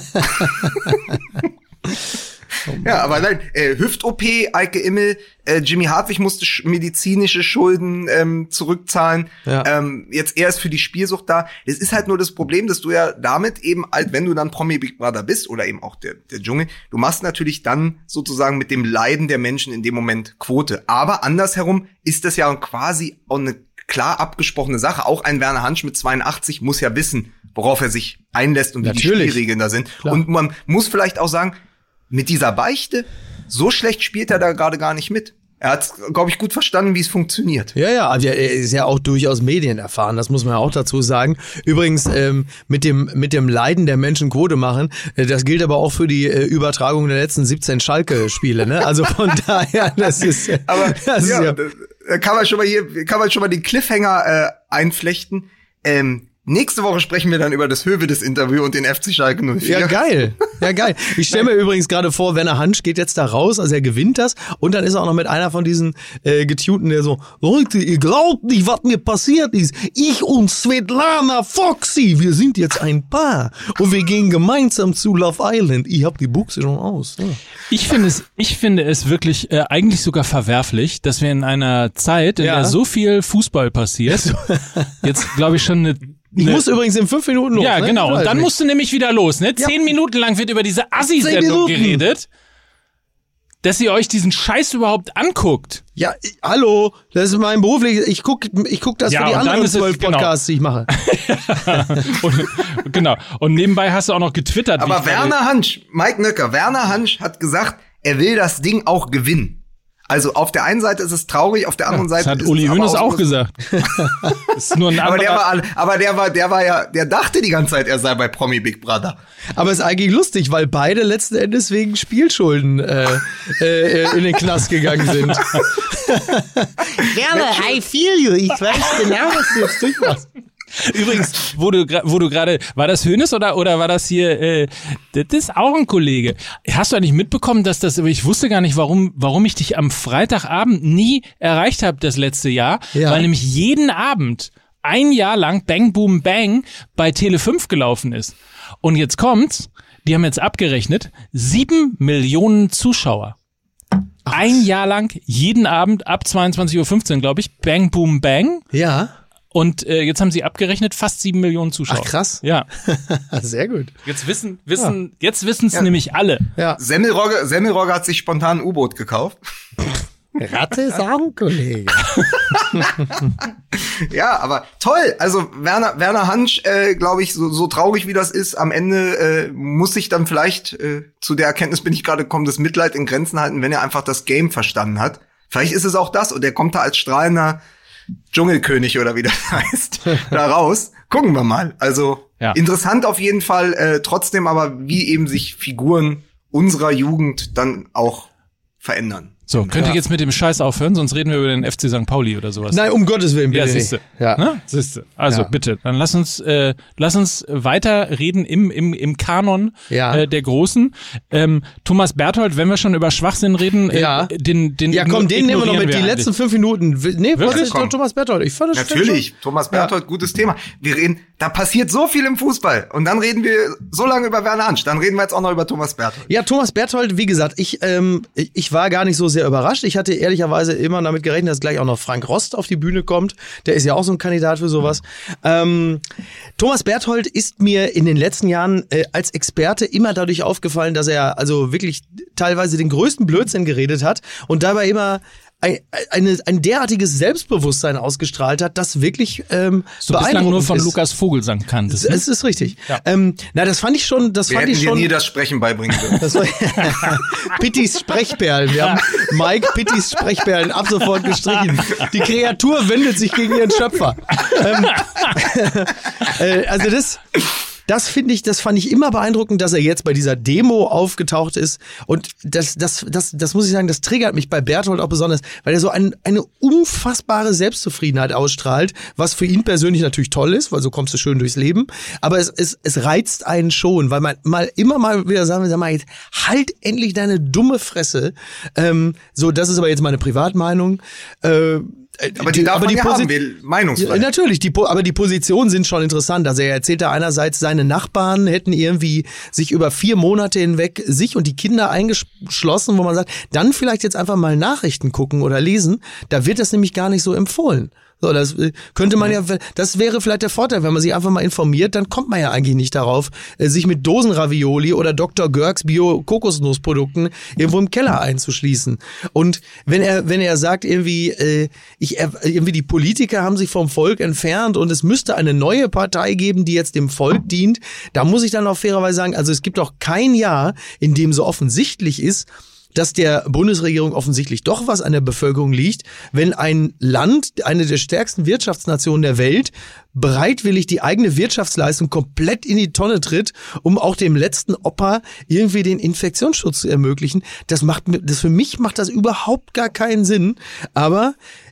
Speaker 1: Ja, aber nein, äh, Hüft-O P, Eike Immel, äh, Jimmy Hartwig musste sch- medizinische Schulden ähm, zurückzahlen.
Speaker 3: Ja.
Speaker 1: Ähm, jetzt er ist für die Spielsucht da. Es ist halt nur das Problem, dass du ja damit eben, halt, wenn du dann Promi Big Brother bist oder eben auch der, der Dschungel, du machst natürlich dann sozusagen mit dem Leiden der Menschen in dem Moment Quote. Aber andersherum ist das ja quasi auch eine klar abgesprochene Sache. Auch ein Werner Hansch mit zweiundachtzig muss ja wissen, worauf er sich einlässt und wie
Speaker 3: Natürlich.
Speaker 1: die Spielregeln da sind.
Speaker 3: Klar.
Speaker 1: Und man muss vielleicht auch sagen, mit dieser Beichte, so schlecht spielt er da gerade gar nicht mit. Er hat, glaube ich, gut verstanden, wie es funktioniert.
Speaker 3: Ja, ja, also er ist ja auch durchaus medienerfahren, das muss man auch dazu sagen. Übrigens, ähm, mit dem mit dem Leiden der Menschen Quote machen, äh, das gilt aber auch für die äh, Übertragung der letzten siebzehn Schalke-Spiele, ne? Also von daher, das ist, äh,
Speaker 1: Aber
Speaker 3: das
Speaker 1: ja,
Speaker 3: ist ja,
Speaker 1: da kann man schon mal hier, kann man schon mal den Cliffhanger äh, einflechten. Ähm, Nächste Woche sprechen wir dann über das Höwedes-Interview und den F C Schalke null vier.
Speaker 3: Ja, geil. Ja, geil. Ich stelle mir übrigens gerade vor, Werner Hansch geht jetzt da raus, also er gewinnt das und dann ist er auch noch mit einer von diesen äh, Getunten, der so, Leute, ihr glaubt nicht, was mir passiert ist. Ich und Svetlana Foxy, wir sind jetzt ein Paar und wir gehen gemeinsam zu Love Island. Ich hab die Buchse schon aus. Ja.
Speaker 2: Ich finde es, ich finde es wirklich äh, eigentlich sogar verwerflich, dass wir in einer Zeit, in
Speaker 3: Ja.
Speaker 2: der so viel Fußball passiert, jetzt glaube ich schon eine
Speaker 3: Ich
Speaker 2: Ne.
Speaker 3: muss übrigens in fünf Minuten los.
Speaker 2: Ja,
Speaker 3: ne?
Speaker 2: genau.
Speaker 3: Ich
Speaker 2: Und
Speaker 3: weiß
Speaker 2: dann
Speaker 3: nicht.
Speaker 2: musst du nämlich wieder los, ne?
Speaker 3: Ja.
Speaker 2: Zehn Minuten lang wird über diese
Speaker 3: Zehn
Speaker 2: Assi-Sendung
Speaker 3: Minuten.
Speaker 2: geredet, dass ihr euch diesen Scheiß überhaupt anguckt.
Speaker 3: Ja, ich, hallo, das ist mein Beruf. Ich guck, ich guck das
Speaker 2: Ja,
Speaker 3: für die
Speaker 2: und dann
Speaker 3: anderen
Speaker 2: ist es-
Speaker 3: zwölf
Speaker 2: genau.
Speaker 3: Podcasts, die ich mache.
Speaker 2: Und, genau. Und nebenbei hast du auch noch getwittert. wie
Speaker 1: Aber
Speaker 2: ich gerade-
Speaker 1: Werner Hansch, Mike Nöcker, Werner Hansch hat gesagt, er will das Ding auch gewinnen. Also auf der einen Seite ist es traurig, auf der anderen
Speaker 2: Das
Speaker 1: Seite
Speaker 2: hat
Speaker 1: ist
Speaker 2: Uli
Speaker 1: es aber
Speaker 2: Hoeneß auch
Speaker 1: so-
Speaker 2: gesagt. Das ist nur ein
Speaker 1: Aber der
Speaker 2: anderer-
Speaker 1: war, alle- aber der war, der war ja, der dachte die ganze Zeit, er sei bei Promi Big Brother.
Speaker 3: Aber es ist eigentlich lustig, weil beide letzten Endes wegen Spielschulden äh, äh, in den Knast gegangen sind.
Speaker 4: Werner, I feel you. Ich weiß genau, was du jetzt durchmachst.
Speaker 2: Übrigens, wo du gra- wo du gerade, war das Hoeneß oder oder war das hier? Äh, das ist auch ein Kollege. Hast du eigentlich mitbekommen, dass das? Ich wusste gar nicht, warum warum ich dich am Freitagabend nie erreicht habe das letzte Jahr,
Speaker 3: Ja.
Speaker 2: weil nämlich jeden Abend ein Jahr lang Bang Boom Bang bei Tele fünf gelaufen ist. Und jetzt kommt's, die haben jetzt abgerechnet, sieben Millionen Zuschauer. Ein Jahr lang, jeden Abend ab zweiundzwanzig Uhr fünfzehn, glaube ich, Bang Boom Bang.
Speaker 3: Ja,
Speaker 2: Und äh, jetzt haben sie abgerechnet, fast sieben Millionen Zuschauer.
Speaker 3: Ach, krass.
Speaker 2: Ja.
Speaker 3: sehr gut.
Speaker 2: Jetzt wissen, wissen, jetzt wissen's nämlich alle.
Speaker 3: Ja.
Speaker 1: Semmelrogge, Semmelrogge hat sich spontan ein U-Boot gekauft.
Speaker 4: Ratte ist auch ein Kollege.
Speaker 1: Ja, aber toll. Also Werner, Werner Hansch, äh, glaube ich, so, so traurig wie das ist, am Ende äh, muss ich dann vielleicht, äh, zu der Erkenntnis bin ich gerade gekommen, das Mitleid in Grenzen halten, wenn er einfach das Game verstanden hat. Vielleicht ist es auch das und er kommt da als strahlender Dschungelkönig oder wie das heißt, da raus. Gucken wir mal. Also
Speaker 2: Ja.
Speaker 1: interessant auf jeden Fall, äh, trotzdem aber, wie eben sich Figuren unserer Jugend dann auch verändern.
Speaker 2: So, könnt ihr jetzt mit dem Scheiß aufhören, sonst reden wir über den F C Sankt Pauli oder sowas.
Speaker 3: Nein, um Gottes Willen, bitte
Speaker 2: Ja, siehste.
Speaker 3: nicht. Ja.
Speaker 2: Ne? Siehste. Also
Speaker 3: Ja.
Speaker 2: bitte, dann lass uns, äh, lass uns weiter reden im im im Kanon
Speaker 3: Ja.
Speaker 2: äh, der Großen. Ähm, Thomas Berthold, wenn wir schon über Schwachsinn reden, äh,
Speaker 3: Ja.
Speaker 2: den den
Speaker 3: Ja, komm, den nehmen wir noch mit, die
Speaker 2: ignorieren
Speaker 3: letzten fünf Minuten. Nee, was
Speaker 2: Wirklich?
Speaker 3: ist doch
Speaker 1: Komm.
Speaker 3: Thomas Berthold? Ich fand das
Speaker 1: Natürlich, Thomas Berthold, gutes Thema. Wir reden, da passiert so viel im Fußball. Und dann reden wir so lange über Werner Hansch. Dann reden wir jetzt auch noch über Thomas Berthold.
Speaker 3: Ja, Thomas Berthold, wie gesagt, ich, ähm, ich, ich war gar nicht so sehr überrascht. Ich hatte ehrlicherweise immer damit gerechnet, dass gleich auch noch Frank Rost auf die Bühne kommt. Der ist ja auch so ein Kandidat für sowas. Ähm, Thomas Berthold ist mir in den letzten Jahren äh, als Experte immer dadurch aufgefallen, dass er also wirklich teilweise den größten Blödsinn geredet hat und dabei immer ein, eine, ein derartiges Selbstbewusstsein ausgestrahlt hat, das wirklich ähm,
Speaker 2: So bislang
Speaker 3: beeindruckend
Speaker 2: nur von
Speaker 3: ist.
Speaker 2: Lukas Vogelsang kanntest. Ne?
Speaker 3: Es ist richtig. Ähm, na, das fand ich schon, das
Speaker 1: Wir
Speaker 3: fand
Speaker 1: hätten
Speaker 3: ich
Speaker 1: dir
Speaker 3: schon.
Speaker 1: nie das Sprechen beibringen können.
Speaker 3: Das war Pittys Sprechperlen. Wir haben Mike Pittys Sprechperlen ab sofort gestrichen. Die Kreatur wendet sich gegen ihren Schöpfer. Ähm, äh, also das, das finde ich, das fand ich immer beeindruckend, dass er jetzt bei dieser Demo aufgetaucht ist. Und das, das, das, das muss ich sagen, das triggert mich bei Berthold auch besonders, weil er so ein, eine unfassbare Selbstzufriedenheit ausstrahlt, was für ihn persönlich natürlich toll ist, weil so kommst du schön durchs Leben. Aber es, es, es reizt einen schon, weil man mal immer mal wieder sagen, sag mal, jetzt halt endlich deine dumme Fresse. Ähm, so, das ist aber jetzt meine Privatmeinung. Äh,
Speaker 1: Aber die darf man ja
Speaker 3: Posi-
Speaker 1: haben, wir Meinungsfreiheit.
Speaker 3: ja, natürlich, die, Po- aber die Positionen sind schon interessant. Also er erzählt da einerseits, seine Nachbarn hätten irgendwie sich über vier Monate hinweg sich und die Kinder eingeschlossen, wo man sagt, dann vielleicht jetzt einfach mal Nachrichten gucken oder lesen. Da wird das nämlich gar nicht so empfohlen. So, das äh, könnte man ja, das wäre vielleicht der Vorteil, wenn man sich einfach mal informiert, dann kommt man ja eigentlich nicht darauf, äh, sich mit Dosenravioli oder Doktor Görgs Bio-Kokosnussprodukten irgendwo im Keller einzuschließen. Und wenn er, wenn er sagt irgendwie, äh, ich, er, irgendwie die Politiker haben sich vom Volk entfernt und es müsste eine neue Partei geben, die jetzt dem Volk dient, da muss ich dann auch fairerweise sagen, also es gibt auch kein Jahr, in dem so offensichtlich ist, dass der Bundesregierung offensichtlich doch was an der Bevölkerung liegt, wenn ein Land, eine der stärksten Wirtschaftsnationen der Welt, bereitwillig die eigene Wirtschaftsleistung komplett in die Tonne tritt, um auch dem letzten Opa irgendwie den Infektionsschutz zu ermöglichen. Das macht mir, das für mich macht das überhaupt gar keinen Sinn. Aber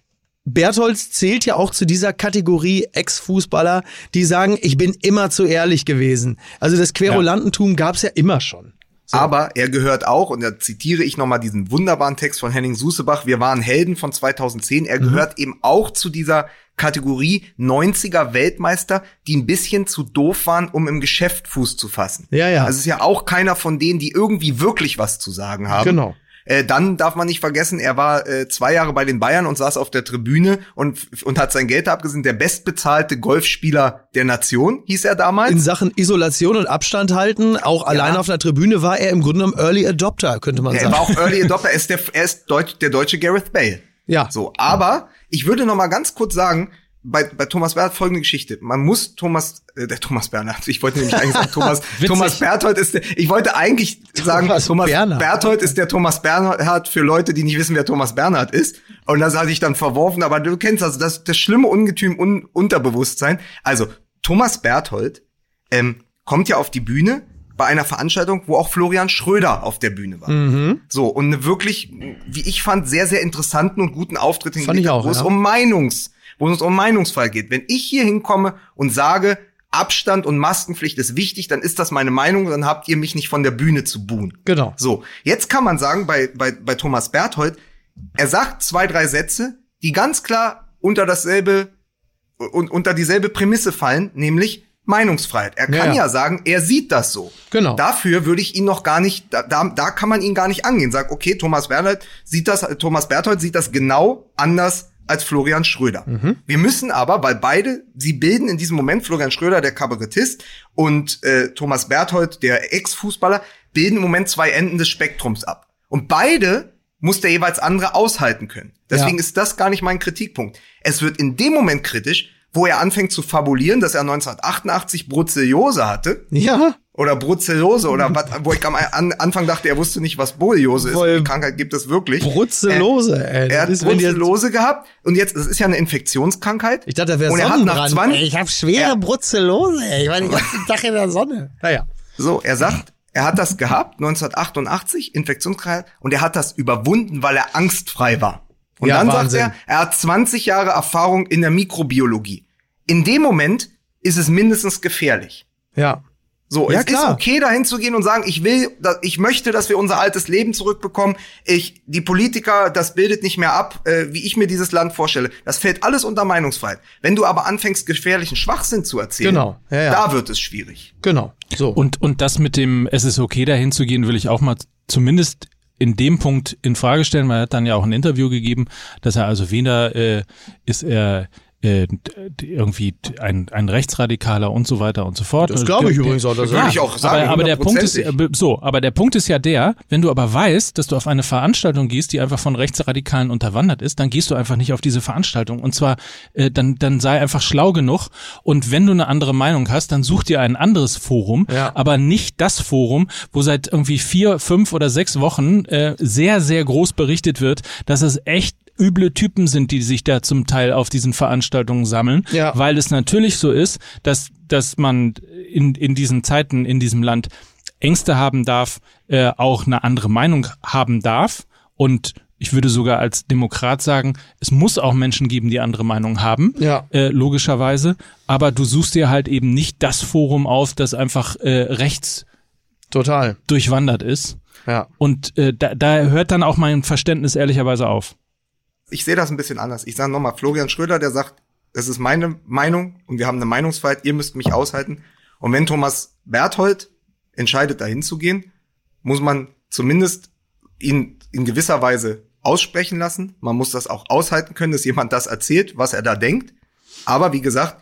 Speaker 3: Bertholds zählt ja auch zu dieser Kategorie Ex-Fußballer, die sagen, ich bin immer zu ehrlich gewesen. Also das Querulantentum ja. gab's ja immer schon. So.
Speaker 1: Aber er gehört auch, und da zitiere ich nochmal diesen wunderbaren Text von Henning Susebach, wir waren Helden von zweitausendzehn, er mhm. gehört eben auch zu dieser Kategorie neunziger Weltmeister, die ein bisschen zu doof waren, um im Geschäft Fuß zu fassen.
Speaker 3: Ja, ja.
Speaker 1: Also es ist ja auch keiner von denen, die irgendwie wirklich was zu sagen haben.
Speaker 3: Genau.
Speaker 1: Äh, dann darf man nicht vergessen, er war äh, zwei Jahre bei den Bayern und saß auf der Tribüne und und hat sein Geld abgesehen. Der bestbezahlte Golfspieler der Nation, hieß er damals.
Speaker 3: In Sachen Isolation und Abstand halten, auch ja. allein auf der Tribüne war er im Grunde genommen Early Adopter, könnte man
Speaker 1: ja,
Speaker 3: sagen.
Speaker 1: Er war auch Early Adopter, er ist der, er ist Deutsch, der deutsche Gareth Bale.
Speaker 3: Ja.
Speaker 1: So, aber ich würde noch mal ganz kurz sagen, bei, bei Thomas Bernhard folgende Geschichte. Man muss Thomas, äh, der Thomas Bernhard, ich wollte nämlich eigentlich sagen, Thomas, Thomas Berthold ist der, ich wollte eigentlich sagen,
Speaker 3: Thomas,
Speaker 1: Thomas
Speaker 3: Bernhard.
Speaker 1: Berthold ist der Thomas Bernhard für Leute, die nicht wissen, wer Thomas Bernhard ist. Und das hatte ich dann verworfen, aber du kennst also das, das schlimme Ungetüm Un- Unterbewusstsein. Also, Thomas Berthold, ähm, kommt ja auf die Bühne bei einer Veranstaltung, wo auch Florian Schröder auf der Bühne war.
Speaker 3: Mhm.
Speaker 1: So, und eine wirklich, wie ich fand, sehr, sehr interessanten und guten Auftritt
Speaker 3: Fand ich auch,
Speaker 1: wo es
Speaker 3: ja.
Speaker 1: um Meinungs, wo es um Meinungsfreiheit geht. Wenn ich hier hinkomme und sage, Abstand und Maskenpflicht ist wichtig, dann ist das meine Meinung, dann habt ihr mich nicht von der Bühne zu buhen.
Speaker 3: Genau.
Speaker 1: So, jetzt kann man sagen, bei, bei, bei Thomas Berthold, er sagt zwei, drei Sätze, die ganz klar unter dasselbe, und unter dieselbe Prämisse fallen, nämlich Meinungsfreiheit. Er kann ja, ja. ja sagen, er sieht das so.
Speaker 3: Genau.
Speaker 1: Dafür würde ich ihn noch gar nicht, da, da, da kann man ihn gar nicht angehen. Sag, okay, Thomas Berthold sieht das, Thomas Berthold sieht das genau anders als Florian Schröder. Mhm. Wir müssen aber, weil beide, sie bilden in diesem Moment, Florian Schröder, der Kabarettist, und äh, Thomas Berthold, der Ex-Fußballer, bilden im Moment zwei Enden des Spektrums ab. Und beide muss der jeweils andere aushalten können. Deswegen ja. ist das gar nicht mein Kritikpunkt. Es wird in dem Moment kritisch, wo er anfängt zu fabulieren, dass er neunzehnhundertachtundachtzig Bruzelliose hatte.
Speaker 3: Ja.
Speaker 1: Oder Brucellose oder was, wo ich am Anfang dachte, er wusste nicht, was Borreliose ist. Die Krankheit gibt es wirklich.
Speaker 3: Brucellose, ey.
Speaker 1: Er hat Brucellose gehabt und jetzt, das ist ja eine Infektionskrankheit.
Speaker 3: Ich dachte, er wäre
Speaker 1: Sonnenbrand.
Speaker 3: zwanzig
Speaker 4: Ich habe schwere Brucellose, ey. Ich war den ganzen Tag in der Sonne.
Speaker 3: Naja.
Speaker 1: So, er sagt, er hat das gehabt, neunzehnhundertachtundachtzig, Infektionskrankheit, und er hat das überwunden, weil er angstfrei war. Und
Speaker 3: ja,
Speaker 1: dann
Speaker 3: Wahnsinn.
Speaker 1: sagt er, er hat zwanzig Jahre Erfahrung in der Mikrobiologie. In dem Moment ist es mindestens gefährlich.
Speaker 3: Ja.
Speaker 1: So,
Speaker 3: ja,
Speaker 1: es
Speaker 3: klar.
Speaker 1: ist okay, dahin zu gehen und sagen, ich will, ich möchte, dass wir unser altes Leben zurückbekommen. Ich, die Politiker, das bildet nicht mehr ab, äh, wie ich mir dieses Land vorstelle. Das fällt alles unter Meinungsfreiheit. Wenn du aber anfängst, gefährlichen Schwachsinn zu erzählen,
Speaker 3: genau. ja, ja.
Speaker 1: da wird es schwierig.
Speaker 3: Genau. So.
Speaker 2: Und, und das mit dem, es ist okay, dahin zu gehen, will ich auch mal zumindest in dem Punkt in Frage stellen, weil er hat dann ja auch ein Interview gegeben, dass er also weder äh, ist er äh, irgendwie ein, ein Rechtsradikaler und so weiter und so fort.
Speaker 3: Das glaube ich der, übrigens auch. Das
Speaker 1: würde ich auch sagen.
Speaker 2: Aber, aber der Punkt ist so, aber der Punkt ist ja der, wenn du aber weißt, dass du auf eine Veranstaltung gehst, die einfach von Rechtsradikalen unterwandert ist, dann gehst du einfach nicht auf diese Veranstaltung. Und zwar, äh, dann, dann sei einfach schlau genug. Und wenn du eine andere Meinung hast, dann such dir ein anderes Forum,
Speaker 3: ja.
Speaker 2: aber nicht das Forum, wo seit irgendwie vier, fünf oder sechs Wochen äh, sehr, sehr groß berichtet wird, dass es echt üble Typen sind, die sich da zum Teil auf diesen Veranstaltungen sammeln,
Speaker 3: ja.
Speaker 2: weil es natürlich so ist, dass dass man in in diesen Zeiten in diesem Land Ängste haben darf, äh, auch eine andere Meinung haben darf, und ich würde sogar als Demokrat sagen, es muss auch Menschen geben, die andere Meinung haben,
Speaker 3: ja.
Speaker 2: äh, logischerweise, aber du suchst dir halt eben nicht das Forum auf, das einfach äh, rechts
Speaker 3: total
Speaker 2: durchwandert ist,
Speaker 3: ja.
Speaker 2: und äh, da, da hört dann auch mein Verständnis ehrlicherweise auf.
Speaker 1: Ich sehe das ein bisschen anders. Ich sage nochmal, Florian Schröder, der sagt, das ist meine Meinung und wir haben eine Meinungsfreiheit, ihr müsst mich aushalten. Und wenn Thomas Berthold entscheidet, dahin zu gehen, muss man zumindest ihn in gewisser Weise aussprechen lassen. Man muss das auch aushalten können, dass jemand das erzählt, was er da denkt. Aber wie gesagt,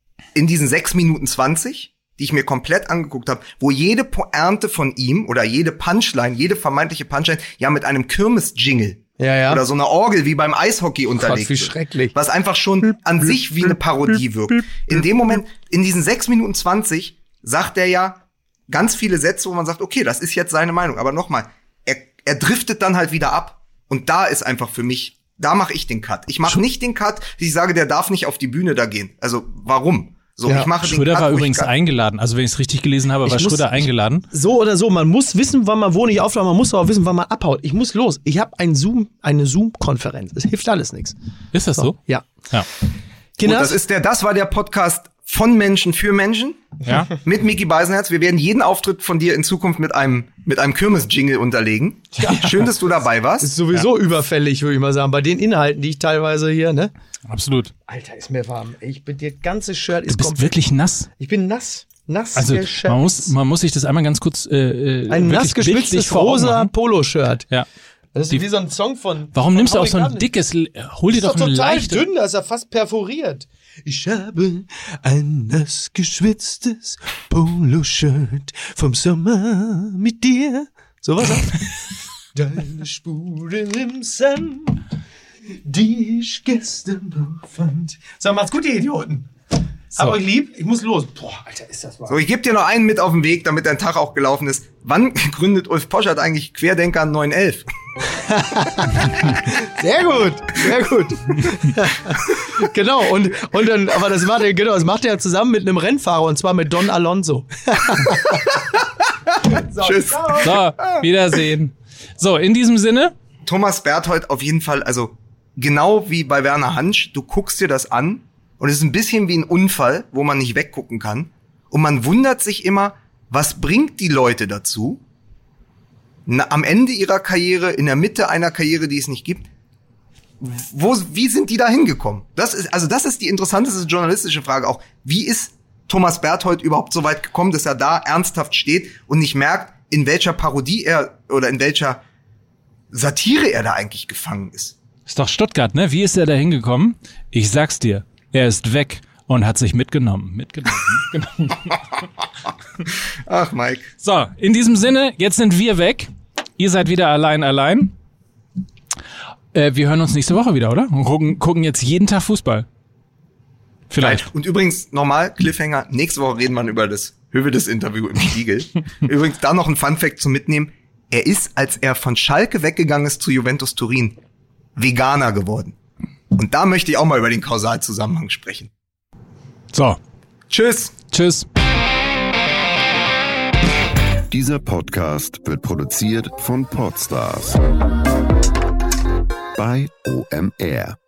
Speaker 1: in diesen sechs Minuten zwanzig, die ich mir komplett angeguckt habe, wo jede Pointe von ihm oder jede Punchline, jede vermeintliche Punchline ja mit einem Kirmes-Jingle
Speaker 3: Ja, ja.
Speaker 1: oder so eine Orgel wie beim Eishockey unterlegt
Speaker 3: Gott, wie
Speaker 1: wird.
Speaker 3: schrecklich.
Speaker 1: Was einfach schon an sich wie eine Parodie wirkt. In dem Moment, in diesen sechs Minuten zwanzig, sagt er ja ganz viele Sätze, wo man sagt, okay, das ist jetzt seine Meinung. Aber nochmal, er, er driftet dann halt wieder ab. Und da ist einfach für mich, da mache ich den Cut. Ich mache nicht den Cut, ich sage, der darf nicht auf die Bühne da gehen. Also warum? So,
Speaker 3: Ja.
Speaker 1: ich mache den
Speaker 2: Schröder
Speaker 1: Cut,
Speaker 2: war
Speaker 1: wo ich
Speaker 2: übrigens
Speaker 1: kann-
Speaker 2: eingeladen. Also wenn ich es richtig gelesen habe, war
Speaker 3: Ich muss-
Speaker 2: Schröder eingeladen.
Speaker 3: So oder so, man muss wissen, wann man wo nicht aufhört, man muss aber auch wissen, wann man abhaut. Ich muss los. Ich habe ein Zoom, eine Zoom-Konferenz. Es hilft alles nichts.
Speaker 2: Ist das so?
Speaker 3: Ja.
Speaker 2: Ja.
Speaker 1: Gut,
Speaker 3: Kinder,
Speaker 1: das ist der, das war der Podcast von Menschen für Menschen.
Speaker 2: Ja.
Speaker 1: Mit Micky Beisenherz. Wir werden jeden Auftritt von dir in Zukunft mit einem, mit einem Kirmes-Jingle unterlegen. Schön, dass du dabei warst.
Speaker 3: ist sowieso überfällig, würde ich mal sagen, bei den Inhalten, die ich teilweise hier, ne?
Speaker 2: Absolut.
Speaker 3: Alter, ist mir warm. Ich bin, der ganze Shirt
Speaker 2: Du
Speaker 3: ist
Speaker 2: bist
Speaker 3: komplett.
Speaker 2: wirklich nass.
Speaker 3: Ich bin nass. Nass.
Speaker 2: Also
Speaker 3: der Shirt
Speaker 2: man muss,
Speaker 3: ist-
Speaker 2: man muss sich das einmal ganz kurz äh, äh,
Speaker 3: ein nass
Speaker 2: wirklich bildlich
Speaker 3: geschwitztes
Speaker 2: vor Augen
Speaker 3: rosa
Speaker 2: machen.
Speaker 3: Polo-Shirt.
Speaker 2: Ja.
Speaker 3: Das ist
Speaker 2: Die-
Speaker 3: wie so ein Song von.
Speaker 2: Warum
Speaker 3: von
Speaker 2: nimmst du auch
Speaker 3: Howie
Speaker 2: so ein
Speaker 3: Gardner.
Speaker 2: dickes? Hol dir
Speaker 3: Das
Speaker 2: doch
Speaker 3: ist doch
Speaker 2: ein
Speaker 3: total
Speaker 2: leichtes.
Speaker 3: dünn, das ist ja fast perforiert. Ich habe ein nass geschwitztes Poloshirt vom Sommer mit dir. So was. Deine Spuren im Sand, die ich gestern noch fand. So, macht's gut, ihr Idioten. Hab euch lieb, ich muss los. Boah, Alter, ist das wahr.
Speaker 1: So, ich gebe dir noch einen mit auf den Weg, damit dein Tag auch gelaufen ist. Wann gründet Ulf Poschardt eigentlich Querdenker neun elf?
Speaker 3: Sehr gut, sehr gut. Genau, und, und dann, aber das macht er, genau, das macht er zusammen mit einem Rennfahrer, und zwar mit Don Alonso. So,
Speaker 1: Tschüss.
Speaker 3: ciao.
Speaker 2: So, Wiedersehen. So, in diesem Sinne.
Speaker 1: Thomas Berthold auf jeden Fall, also genau wie bei Werner Hansch, du guckst dir das an und es ist ein bisschen wie ein Unfall, wo man nicht weggucken kann. Und man wundert sich immer, was bringt die Leute dazu, na, am Ende ihrer Karriere, in der Mitte einer Karriere, die es nicht gibt, wo, wie sind die da hingekommen? Das ist, also das ist die interessanteste journalistische Frage auch. Wie ist Thomas Berthold überhaupt so weit gekommen, dass er da ernsthaft steht und nicht merkt, in welcher Parodie er oder in welcher Satire er da eigentlich gefangen ist?
Speaker 2: Ist doch Stuttgart, ne? Wie ist er da hingekommen? Ich sag's dir. Er ist weg und hat sich mitgenommen. Mitgenommen. mitgenommen.
Speaker 1: Ach, Mike.
Speaker 2: So, in diesem Sinne, jetzt sind wir weg. Ihr seid wieder allein, allein. Äh, wir hören uns nächste Woche wieder, oder? Und gucken, gucken jetzt jeden Tag Fußball. Vielleicht.
Speaker 1: Und übrigens, nochmal, Cliffhanger, nächste Woche reden wir über das Hövedes-Interview im Spiegel. Übrigens, da noch ein Funfact zum Mitnehmen. Er ist, als er von Schalke weggegangen ist zu Juventus Turin, Veganer geworden. Und da möchte ich auch mal über den Kausalzusammenhang sprechen.
Speaker 2: So,
Speaker 1: Tschüss.
Speaker 2: tschüss.
Speaker 5: Dieser Podcast wird produziert von Podstars bei O M R.